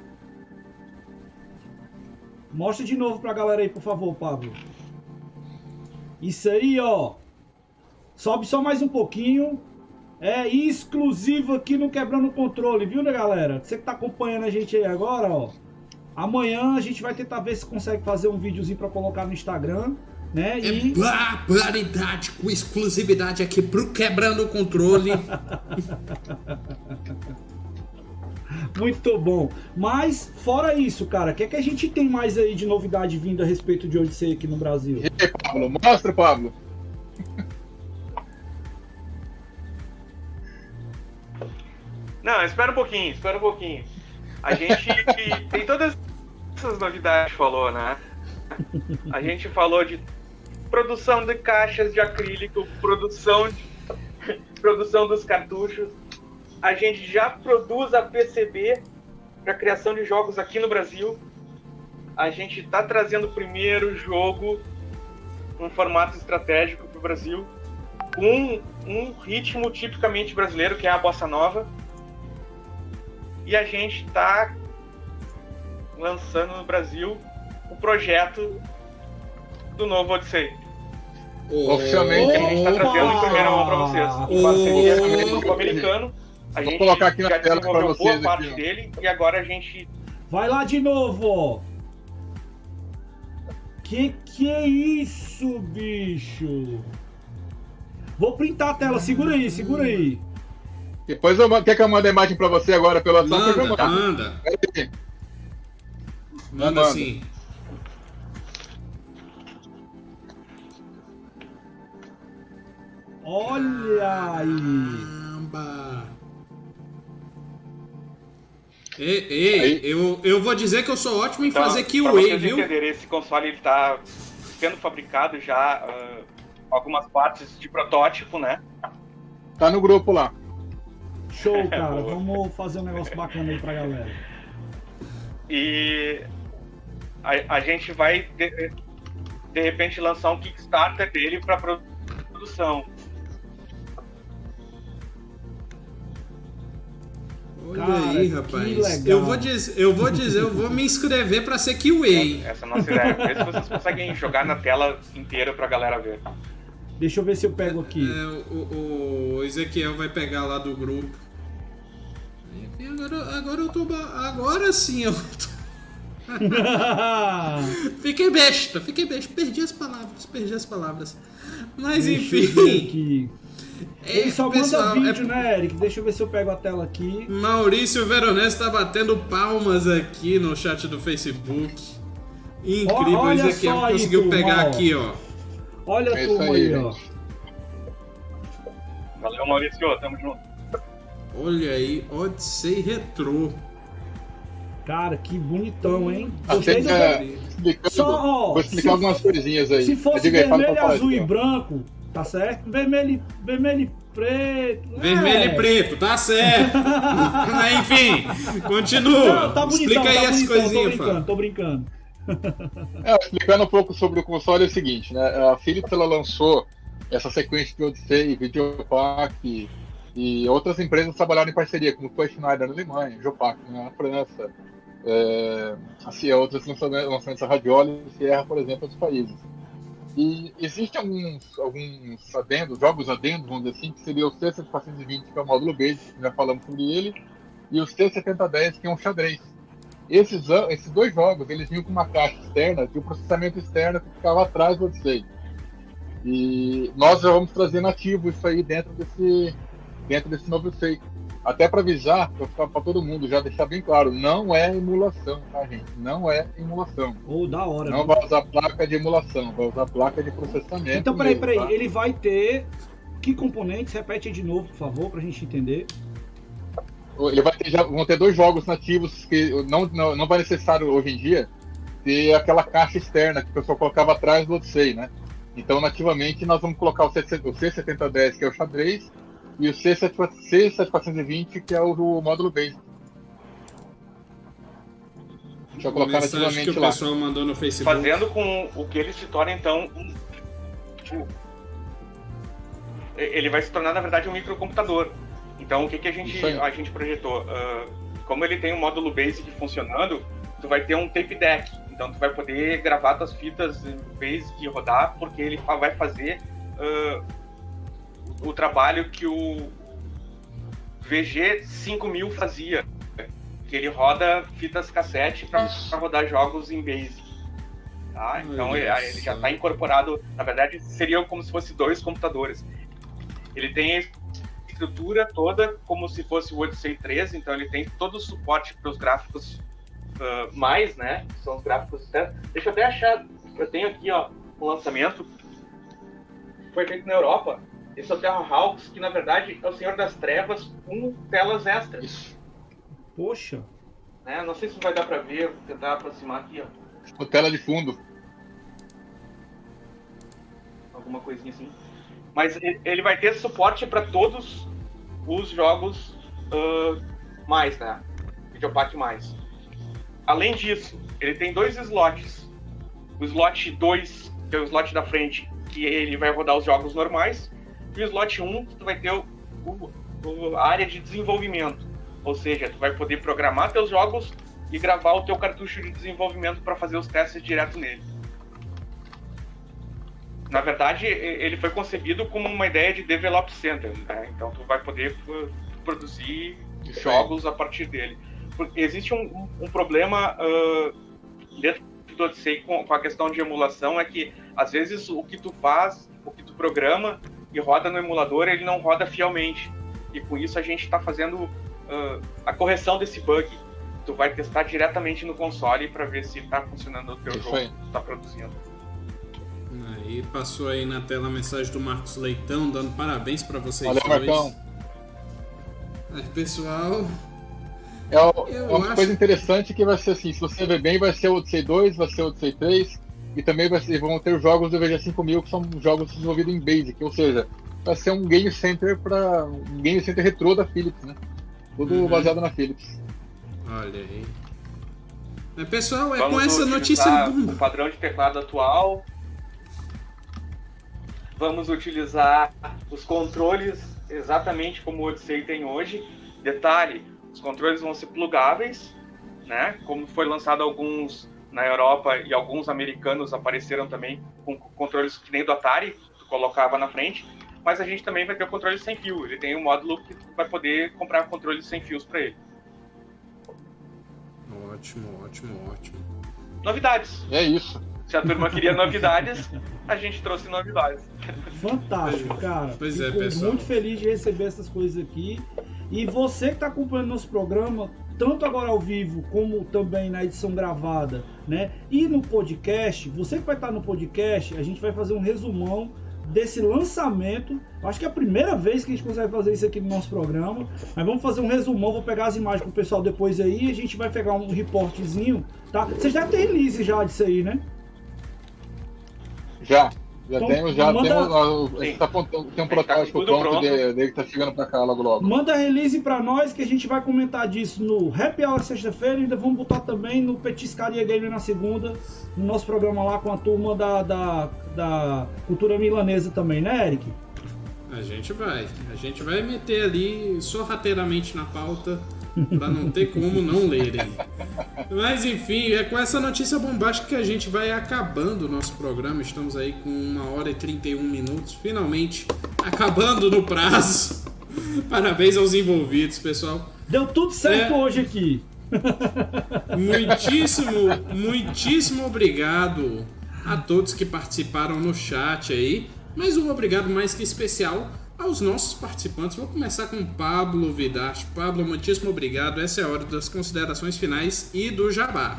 Speaker 2: Mostra de novo pra galera aí, por favor, Pablo. Isso aí, ó. Sobe só mais um pouquinho. É exclusivo aqui no Quebrando o Controle, viu, né, galera? Você que tá acompanhando a gente aí agora, ó. Amanhã a gente vai tentar ver se consegue fazer um videozinho pra colocar no Instagram, né?
Speaker 1: É
Speaker 2: E
Speaker 1: barbaridade com exclusividade aqui pro Quebrando o Controle.
Speaker 2: muito bom. Mas, fora isso, cara, o que é que a gente tem mais aí de novidade vindo a respeito de Odyssey aqui no Brasil?
Speaker 3: E aí, Pablo? Mostra, Pablo.
Speaker 4: Não, espera um pouquinho, espera um pouquinho. A gente tem todas essas novidades que falou, né? A gente falou de produção de caixas de acrílico, produção, de, produção dos cartuchos. A gente já produz a P C B para criação de jogos aqui no Brasil. A gente está trazendo o primeiro jogo um formato estratégico para o Brasil, com um ritmo tipicamente brasileiro, que é a bossa nova. E a gente está lançando no Brasil o projeto do novo Odyssey.
Speaker 3: Oficialmente,
Speaker 4: Que a gente está trazendo em primeira mão para vocês. Em parceria com o grupo americano. A
Speaker 3: Vou
Speaker 4: gente
Speaker 3: colocar aqui na
Speaker 4: já
Speaker 3: tela pra
Speaker 4: desenvolveu boa
Speaker 3: vocês
Speaker 4: parte
Speaker 3: aqui, ó.
Speaker 4: dele e agora a gente...
Speaker 2: Vai lá de novo, ó. Que que é isso, bicho? Vou printar a tela, segura aí, segura aí.
Speaker 3: Depois eu mando- quer que eu mande a imagem pra você agora pelo WhatsApp? Eu
Speaker 1: Manda,
Speaker 3: mando.
Speaker 1: manda.
Speaker 3: Peraí.
Speaker 1: Manda
Speaker 3: Manda.
Speaker 1: sim.
Speaker 2: Olha aí.
Speaker 1: Caramba. Ei, ei
Speaker 3: Aí.
Speaker 1: eu, eu vou dizer que eu sou ótimo em
Speaker 4: Então,
Speaker 1: fazer
Speaker 4: pra
Speaker 1: Q A,
Speaker 4: vocês
Speaker 1: viu?
Speaker 4: entenderem, esse console ele tá sendo fabricado já, ah, algumas partes de protótipo, né?
Speaker 3: Tá no grupo lá.
Speaker 2: Show, cara.
Speaker 4: Boa.
Speaker 2: Vamos fazer um negócio bacana aí pra galera.
Speaker 4: E a, a gente vai, de, de repente, lançar um Kickstarter dele para produção.
Speaker 1: Olha
Speaker 2: Cara,
Speaker 1: aí,
Speaker 2: que
Speaker 1: rapaz.
Speaker 2: legal.
Speaker 1: Eu vou dizer, eu vou dizer, eu vou me inscrever pra ser Q A, hein?
Speaker 4: Essa é a nossa ideia. Ver se vocês conseguem jogar na tela inteira pra galera ver.
Speaker 2: Deixa eu ver se eu pego aqui.
Speaker 1: É, o, o Ezequiel vai pegar lá do grupo. E agora, agora eu tô. ba- Agora sim eu tô. Fiquei besta, fiquei besta. Perdi as palavras, perdi as palavras. Mas
Speaker 2: Deixa eu ver
Speaker 1: enfim.
Speaker 2: aqui.
Speaker 1: É,
Speaker 2: Ele só
Speaker 1: pessoal,
Speaker 2: manda vídeo,
Speaker 1: é-
Speaker 2: né, Eric? Deixa eu ver se eu pego a tela aqui.
Speaker 1: Maurício Veronese tá batendo palmas aqui no chat do Facebook. Incrível,
Speaker 2: Ó, olha
Speaker 1: o Ezequiel
Speaker 2: só aí,
Speaker 1: conseguiu
Speaker 2: turma,
Speaker 1: pegar
Speaker 2: ó.
Speaker 1: aqui, ó.
Speaker 2: Olha a
Speaker 3: É isso
Speaker 2: turma
Speaker 3: aí,
Speaker 2: aí, ó.
Speaker 3: gente.
Speaker 4: Valeu, Maurício. Tamo junto.
Speaker 1: Olha aí, Odyssey Retro.
Speaker 2: Cara, que bonitão, hein?
Speaker 3: Gostei do... é,
Speaker 2: Só, ó,
Speaker 3: vou explicar algumas coisinhas aí.
Speaker 2: Se fosse
Speaker 3: aí,
Speaker 2: vermelho,
Speaker 3: fala,
Speaker 2: azul
Speaker 3: fala,
Speaker 2: e branco, tá certo? Vermelho, vermelho e preto.
Speaker 1: Vermelho
Speaker 2: é.
Speaker 1: e preto, tá certo. Enfim, continua.
Speaker 2: Não, tá bonitão,
Speaker 1: Explica aí
Speaker 2: tá
Speaker 1: as
Speaker 2: bonitão,
Speaker 1: coisinhas,
Speaker 2: tô brincando, tô brincando.
Speaker 3: É, explicando um pouco sobre o console é o seguinte, né? A Philips ela lançou essa sequência de Odyssey, Videopac e, e outras empresas trabalharam em parceria, como foi a Schneider na Alemanha, Geopac na França, é, assim, outros lançamentos, lançamentos da Radioli e Sierra, por exemplo, em outros países. E existem alguns, alguns adendos, jogos adendos, vamos dizer assim, que seria o C quatrocentos e vinte, que é o módulo base, já falamos sobre ele, e o C setenta dez, que é um xadrez. Esses, esses dois jogos, eles vinham com uma caixa externa e um processamento externo que ficava atrás do Odyssey. E nós já vamos trazer nativo isso aí dentro desse, dentro desse novo Odyssey. Até para avisar, para todo mundo, já deixar bem claro, não é emulação, tá, gente? Não é emulação.
Speaker 2: Ou oh, da hora.
Speaker 3: Não
Speaker 2: né?
Speaker 3: vai usar placa de emulação, vai usar placa de processamento.
Speaker 2: Então, peraí,
Speaker 3: mesmo,
Speaker 2: peraí.
Speaker 3: tá?
Speaker 2: Ele vai ter que componentes? Repete aí de novo, por favor, pra gente entender.
Speaker 3: Ele vai ter, já, vão ter dois jogos nativos que não, não, não vai necessário hoje em dia ter aquela caixa externa que o pessoal colocava atrás do Odyssey, né? Então, nativamente, nós vamos colocar o C setenta dez, que é o xadrez, e o C quatrocentos e vinte, que é o, o módulo base. Deixa eu colocar nativamente
Speaker 1: que o
Speaker 3: lá.
Speaker 1: pessoal mandou no Facebook.
Speaker 4: Fazendo com o que ele se torna, então, um... ele vai se tornar, na verdade, um microcomputador. Então, o que, que a, gente, a gente projetou? Uh, como ele tem um módulo Basic funcionando, tu vai ter um tape deck. Então, tu vai poder gravar tuas fitas Basic e rodar, porque ele vai fazer uh, o trabalho que o V G cinco mil fazia. Que ele roda fitas cassete para rodar jogos em Basic. Tá? Então, ele, ele já está incorporado. Na verdade, seriam como se fossem dois computadores. Ele tem estrutura toda como se fosse o Odyssey três, então ele tem todo o suporte para os gráficos uh, mais, né, que são os gráficos externos. Deixa eu até achar, eu tenho aqui, ó, um lançamento, foi feito na Europa, esse é o Terra Hawks, que na verdade é o Senhor das Trevas com telas extras.
Speaker 2: Poxa!
Speaker 4: Né, não sei se vai dar para ver, vou tentar aproximar aqui, ó.
Speaker 3: O tela de fundo.
Speaker 4: Alguma coisinha assim. Mas ele vai ter suporte para todos os jogos uh, mais, né? Videopac mais. Além disso, ele tem dois slots. O slot dois, que é o slot da frente, que ele vai rodar os jogos normais. E o slot um, que tu vai ter o, o, o, a área de desenvolvimento. Ou seja, tu vai poder programar teus jogos e gravar o teu cartucho de desenvolvimento para fazer os testes direto nele. Na verdade, ele foi concebido como uma ideia de Develop Center, né? Então tu vai poder uh, produzir Isso jogos aí. A partir dele. Porque existe um, um, um problema uh, dentro do Odyssey com, com a questão de emulação, é que às vezes o que tu faz, o que tu programa e roda no emulador, ele não roda fielmente. E com isso a gente está fazendo uh, a correção desse bug. Tu vai testar diretamente no console para ver se está funcionando o teu
Speaker 3: Isso
Speaker 4: jogo
Speaker 3: aí.
Speaker 4: que tu está produzindo.
Speaker 1: Aí passou aí na tela a mensagem do Marcos Leitão dando parabéns pra vocês
Speaker 3: Valeu,
Speaker 1: dois.
Speaker 3: Marcão.
Speaker 1: É, pessoal,
Speaker 3: É o-
Speaker 1: Eu
Speaker 3: uma
Speaker 1: acho-
Speaker 3: coisa interessante que vai ser assim, se você ver bem, vai ser o Odyssey dois, vai ser o Odyssey três, e também vai ser, vão ter jogos do V G cinco mil, que são jogos desenvolvidos em Basic, ou seja, vai ser um game center para um game center retrô da Philips, né? Tudo
Speaker 1: Uhum.
Speaker 3: baseado na Philips.
Speaker 1: olha aí. É, pessoal, é
Speaker 4: Vamos
Speaker 1: com essa
Speaker 4: utilizar
Speaker 1: notícia
Speaker 4: o
Speaker 1: do...
Speaker 4: padrão de teclado atual. Vamos utilizar os controles exatamente como o Odyssey tem hoje. Detalhe, os controles vão ser plugáveis, né? Como foi lançado alguns na Europa e alguns americanos apareceram também com controles que nem do Atari, tu colocava na frente. Mas a gente também vai ter o controle sem fio. Ele tem um módulo que tu vai poder comprar controles sem fios para ele.
Speaker 1: Ótimo, ótimo, ótimo.
Speaker 4: Novidades.
Speaker 3: É isso.
Speaker 4: Se a turma queria novidades, a gente trouxe novidades.
Speaker 2: Fantástico, cara.
Speaker 1: Pois é,
Speaker 2: Fico
Speaker 1: pessoal.
Speaker 2: muito feliz de receber essas coisas aqui. E você que está acompanhando nosso programa, tanto agora ao vivo como também na edição gravada, né? E no podcast, você que vai estar no podcast, a gente vai fazer um resumão desse lançamento. Acho que é a primeira vez que a gente consegue fazer isso aqui no nosso programa. Mas vamos fazer um resumão, vou pegar as imagens com o pessoal depois aí, a gente vai pegar um reportezinho, tá? Vocês devem ter release já disso aí, né?
Speaker 3: Já. Já
Speaker 2: Então,
Speaker 3: temos, já
Speaker 2: manda...
Speaker 3: temos, a gente tá, tem um protótipo
Speaker 4: tá
Speaker 3: pronto,
Speaker 4: pronto.
Speaker 3: dele, dele que tá chegando pra cá logo logo.
Speaker 2: Manda release pra nós que a gente vai comentar disso no Happy Hour sexta-feira e ainda vamos botar também no Petiscaria Gamer na segunda, no nosso programa lá com a turma da, da, da cultura milanesa também, né, Eric?
Speaker 1: A gente vai, a gente vai meter ali sorrateiramente na pauta pra não ter como não lerem. Mas enfim, é com essa notícia bombástica que a gente vai acabando o nosso programa. Estamos aí com uma hora e trinta e um minutos, finalmente acabando no prazo. Parabéns aos envolvidos, pessoal.
Speaker 2: Deu tudo certo
Speaker 1: É.
Speaker 2: hoje aqui.
Speaker 1: Muitíssimo, muitíssimo obrigado a todos que participaram no chat aí. Mas um obrigado mais que especial aos nossos participantes. Vou começar com Pablo Vidarte. Pablo, muitíssimo obrigado. Essa é a hora das considerações finais e do jabá.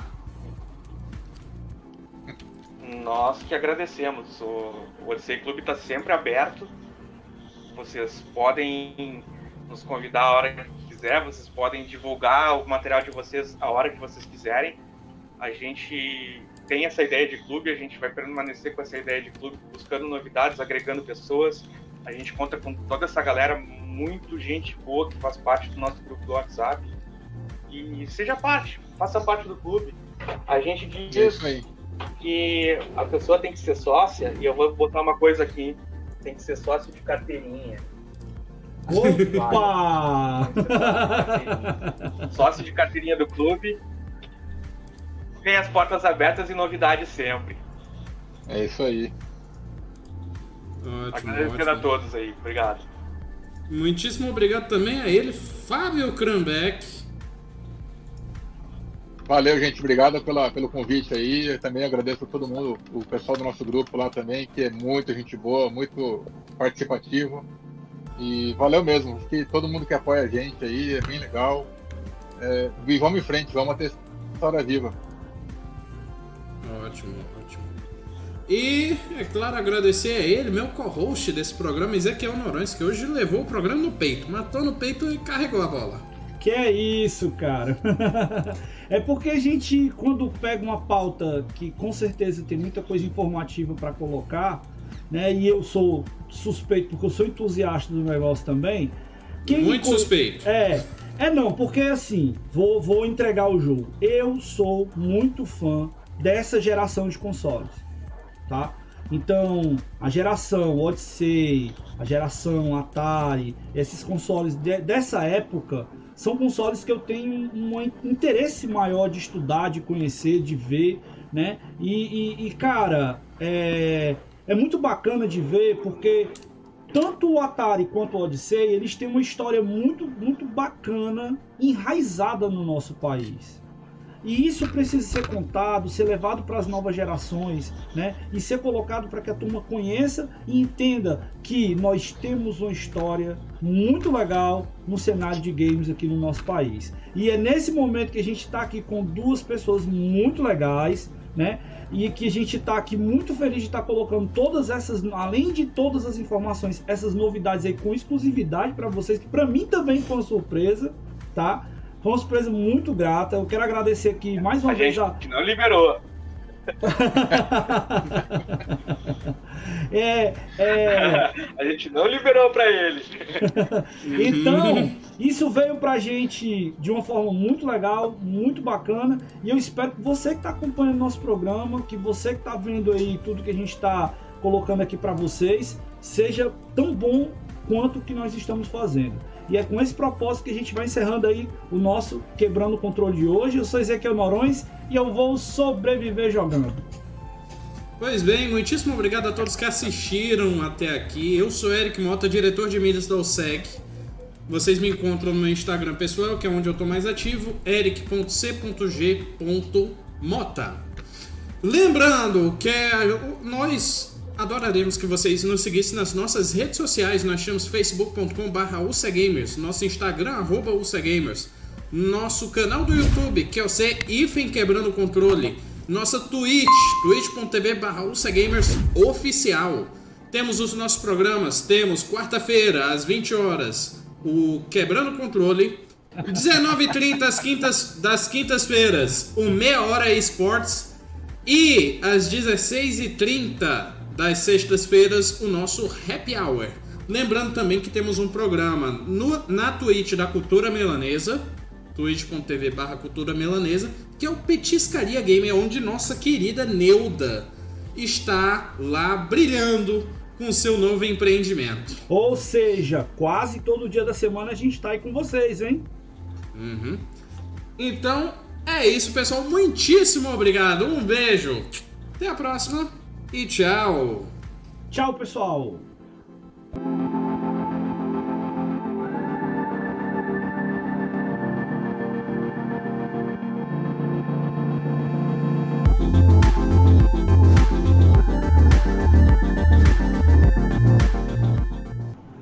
Speaker 4: Nós que agradecemos. O O Odyssey Clube está sempre aberto. Vocês podem nos convidar a hora que quiser. Vocês podem divulgar o material de vocês a hora que vocês quiserem. A gente tem essa ideia de clube. A gente vai permanecer com essa ideia de clube, buscando novidades, agregando pessoas. A gente conta com toda essa galera, muito gente boa que faz parte do nosso grupo do WhatsApp. E seja parte, faça parte do clube. A gente diz
Speaker 3: É isso aí.
Speaker 4: que a pessoa tem que ser sócia, e eu vou botar uma coisa aqui, tem que ser sócio de carteirinha.
Speaker 2: Opa!
Speaker 4: Sócio de carteirinha do clube, tem as portas abertas e novidades sempre.
Speaker 3: É isso aí.
Speaker 1: Ótimo,
Speaker 4: Agradecendo a
Speaker 1: ótimo.
Speaker 4: todos aí, obrigado.
Speaker 1: Muitíssimo obrigado também a ele, Fábio Krambeck.
Speaker 3: Valeu, gente. Obrigado pela, pelo convite aí. Eu também agradeço a todo mundo, o pessoal do nosso grupo lá também, que é muita gente boa, muito participativo. E valeu mesmo. Acho que todo mundo que apoia a gente aí é bem legal. É, e vamos em frente, vamos manter essa história viva.
Speaker 1: Ótimo, ótimo. E, é claro, agradecer a ele, meu co-host desse programa, Ezequiel Noronha, que hoje levou o programa no peito. Matou no peito e carregou a bola.
Speaker 2: Que é isso, cara. É porque a gente, quando pega uma pauta que com certeza tem muita coisa informativa para colocar, né? E eu sou suspeito porque eu sou entusiasta do negócio também. Quem
Speaker 1: Muito
Speaker 2: me...
Speaker 1: suspeito.
Speaker 2: É, é não, porque assim, vou, vou entregar o jogo. Eu sou muito fã dessa geração de consoles, tá? Então, a geração Odyssey, a geração Atari, esses consoles de, dessa época são consoles que eu tenho um interesse maior de estudar, de conhecer, de ver, né? E, e, e cara, é, é muito bacana de ver porque tanto o Atari quanto o Odyssey, eles têm uma história muito, muito bacana, enraizada no nosso país. E isso precisa ser contado, ser levado para as novas gerações, né? E ser colocado para que a turma conheça e entenda que nós temos uma história muito legal no cenário de games aqui no nosso país. E é nesse momento que a gente está aqui com duas pessoas muito legais, né? E que a gente está aqui muito feliz de estar colocando todas essas, além de todas as informações, essas novidades aí com exclusividade para vocês, que para mim também foi uma surpresa, tá? Foi uma surpresa muito grata. Eu quero agradecer aqui mais uma
Speaker 4: A
Speaker 2: vez
Speaker 4: gente
Speaker 2: a...
Speaker 4: não liberou.
Speaker 2: é, é...
Speaker 4: A gente não liberou pra ele.
Speaker 2: Então, isso veio pra gente de uma forma muito legal, muito bacana. E eu espero que você que está acompanhando nosso programa, que você que está vendo aí tudo que a gente está colocando aqui para vocês, seja tão bom quanto o que nós estamos fazendo. E é com esse propósito que a gente vai encerrando aí o nosso Quebrando o Controle de hoje. Eu sou Ezequiel Noronha e eu vou sobreviver jogando.
Speaker 1: Pois bem, muitíssimo obrigado a todos que assistiram até aqui. Eu sou Eric Mota, diretor de mídias da O S E C. Vocês me encontram no meu Instagram pessoal, que é onde eu estou mais ativo, eric ponto c ponto g ponto mota. Lembrando que nós adoraremos que vocês nos seguissem nas nossas redes sociais. Nós chamamos facebook ponto com barra u c gamers, nosso Instagram, arroba u c gamers, nosso canal do YouTube, que é o C hífen Quebrando o Controle, nossa Twitch, twitch ponto tv barra u c gamers oficial. Temos os nossos programas, temos quarta-feira, às vinte horas, o Quebrando o Controle, dezenove e trinta às quintas, das quintas-feiras, o Meia Hora Esportes, e às dezesseis e trinta das sextas-feiras, o nosso Happy Hour. Lembrando também que temos um programa no, na Twitch da Cultura Melanesa, twitch ponto tv barra Cultura Melanesa, que é o Petiscaria Gamer, onde nossa querida Neuda está lá brilhando com seu novo empreendimento.
Speaker 2: Ou seja, quase todo dia da semana a gente tá aí com vocês, hein?
Speaker 1: Uhum. Então, é isso, pessoal. Muitíssimo obrigado. Um beijo. Até a próxima e tchau.
Speaker 2: Tchau, pessoal.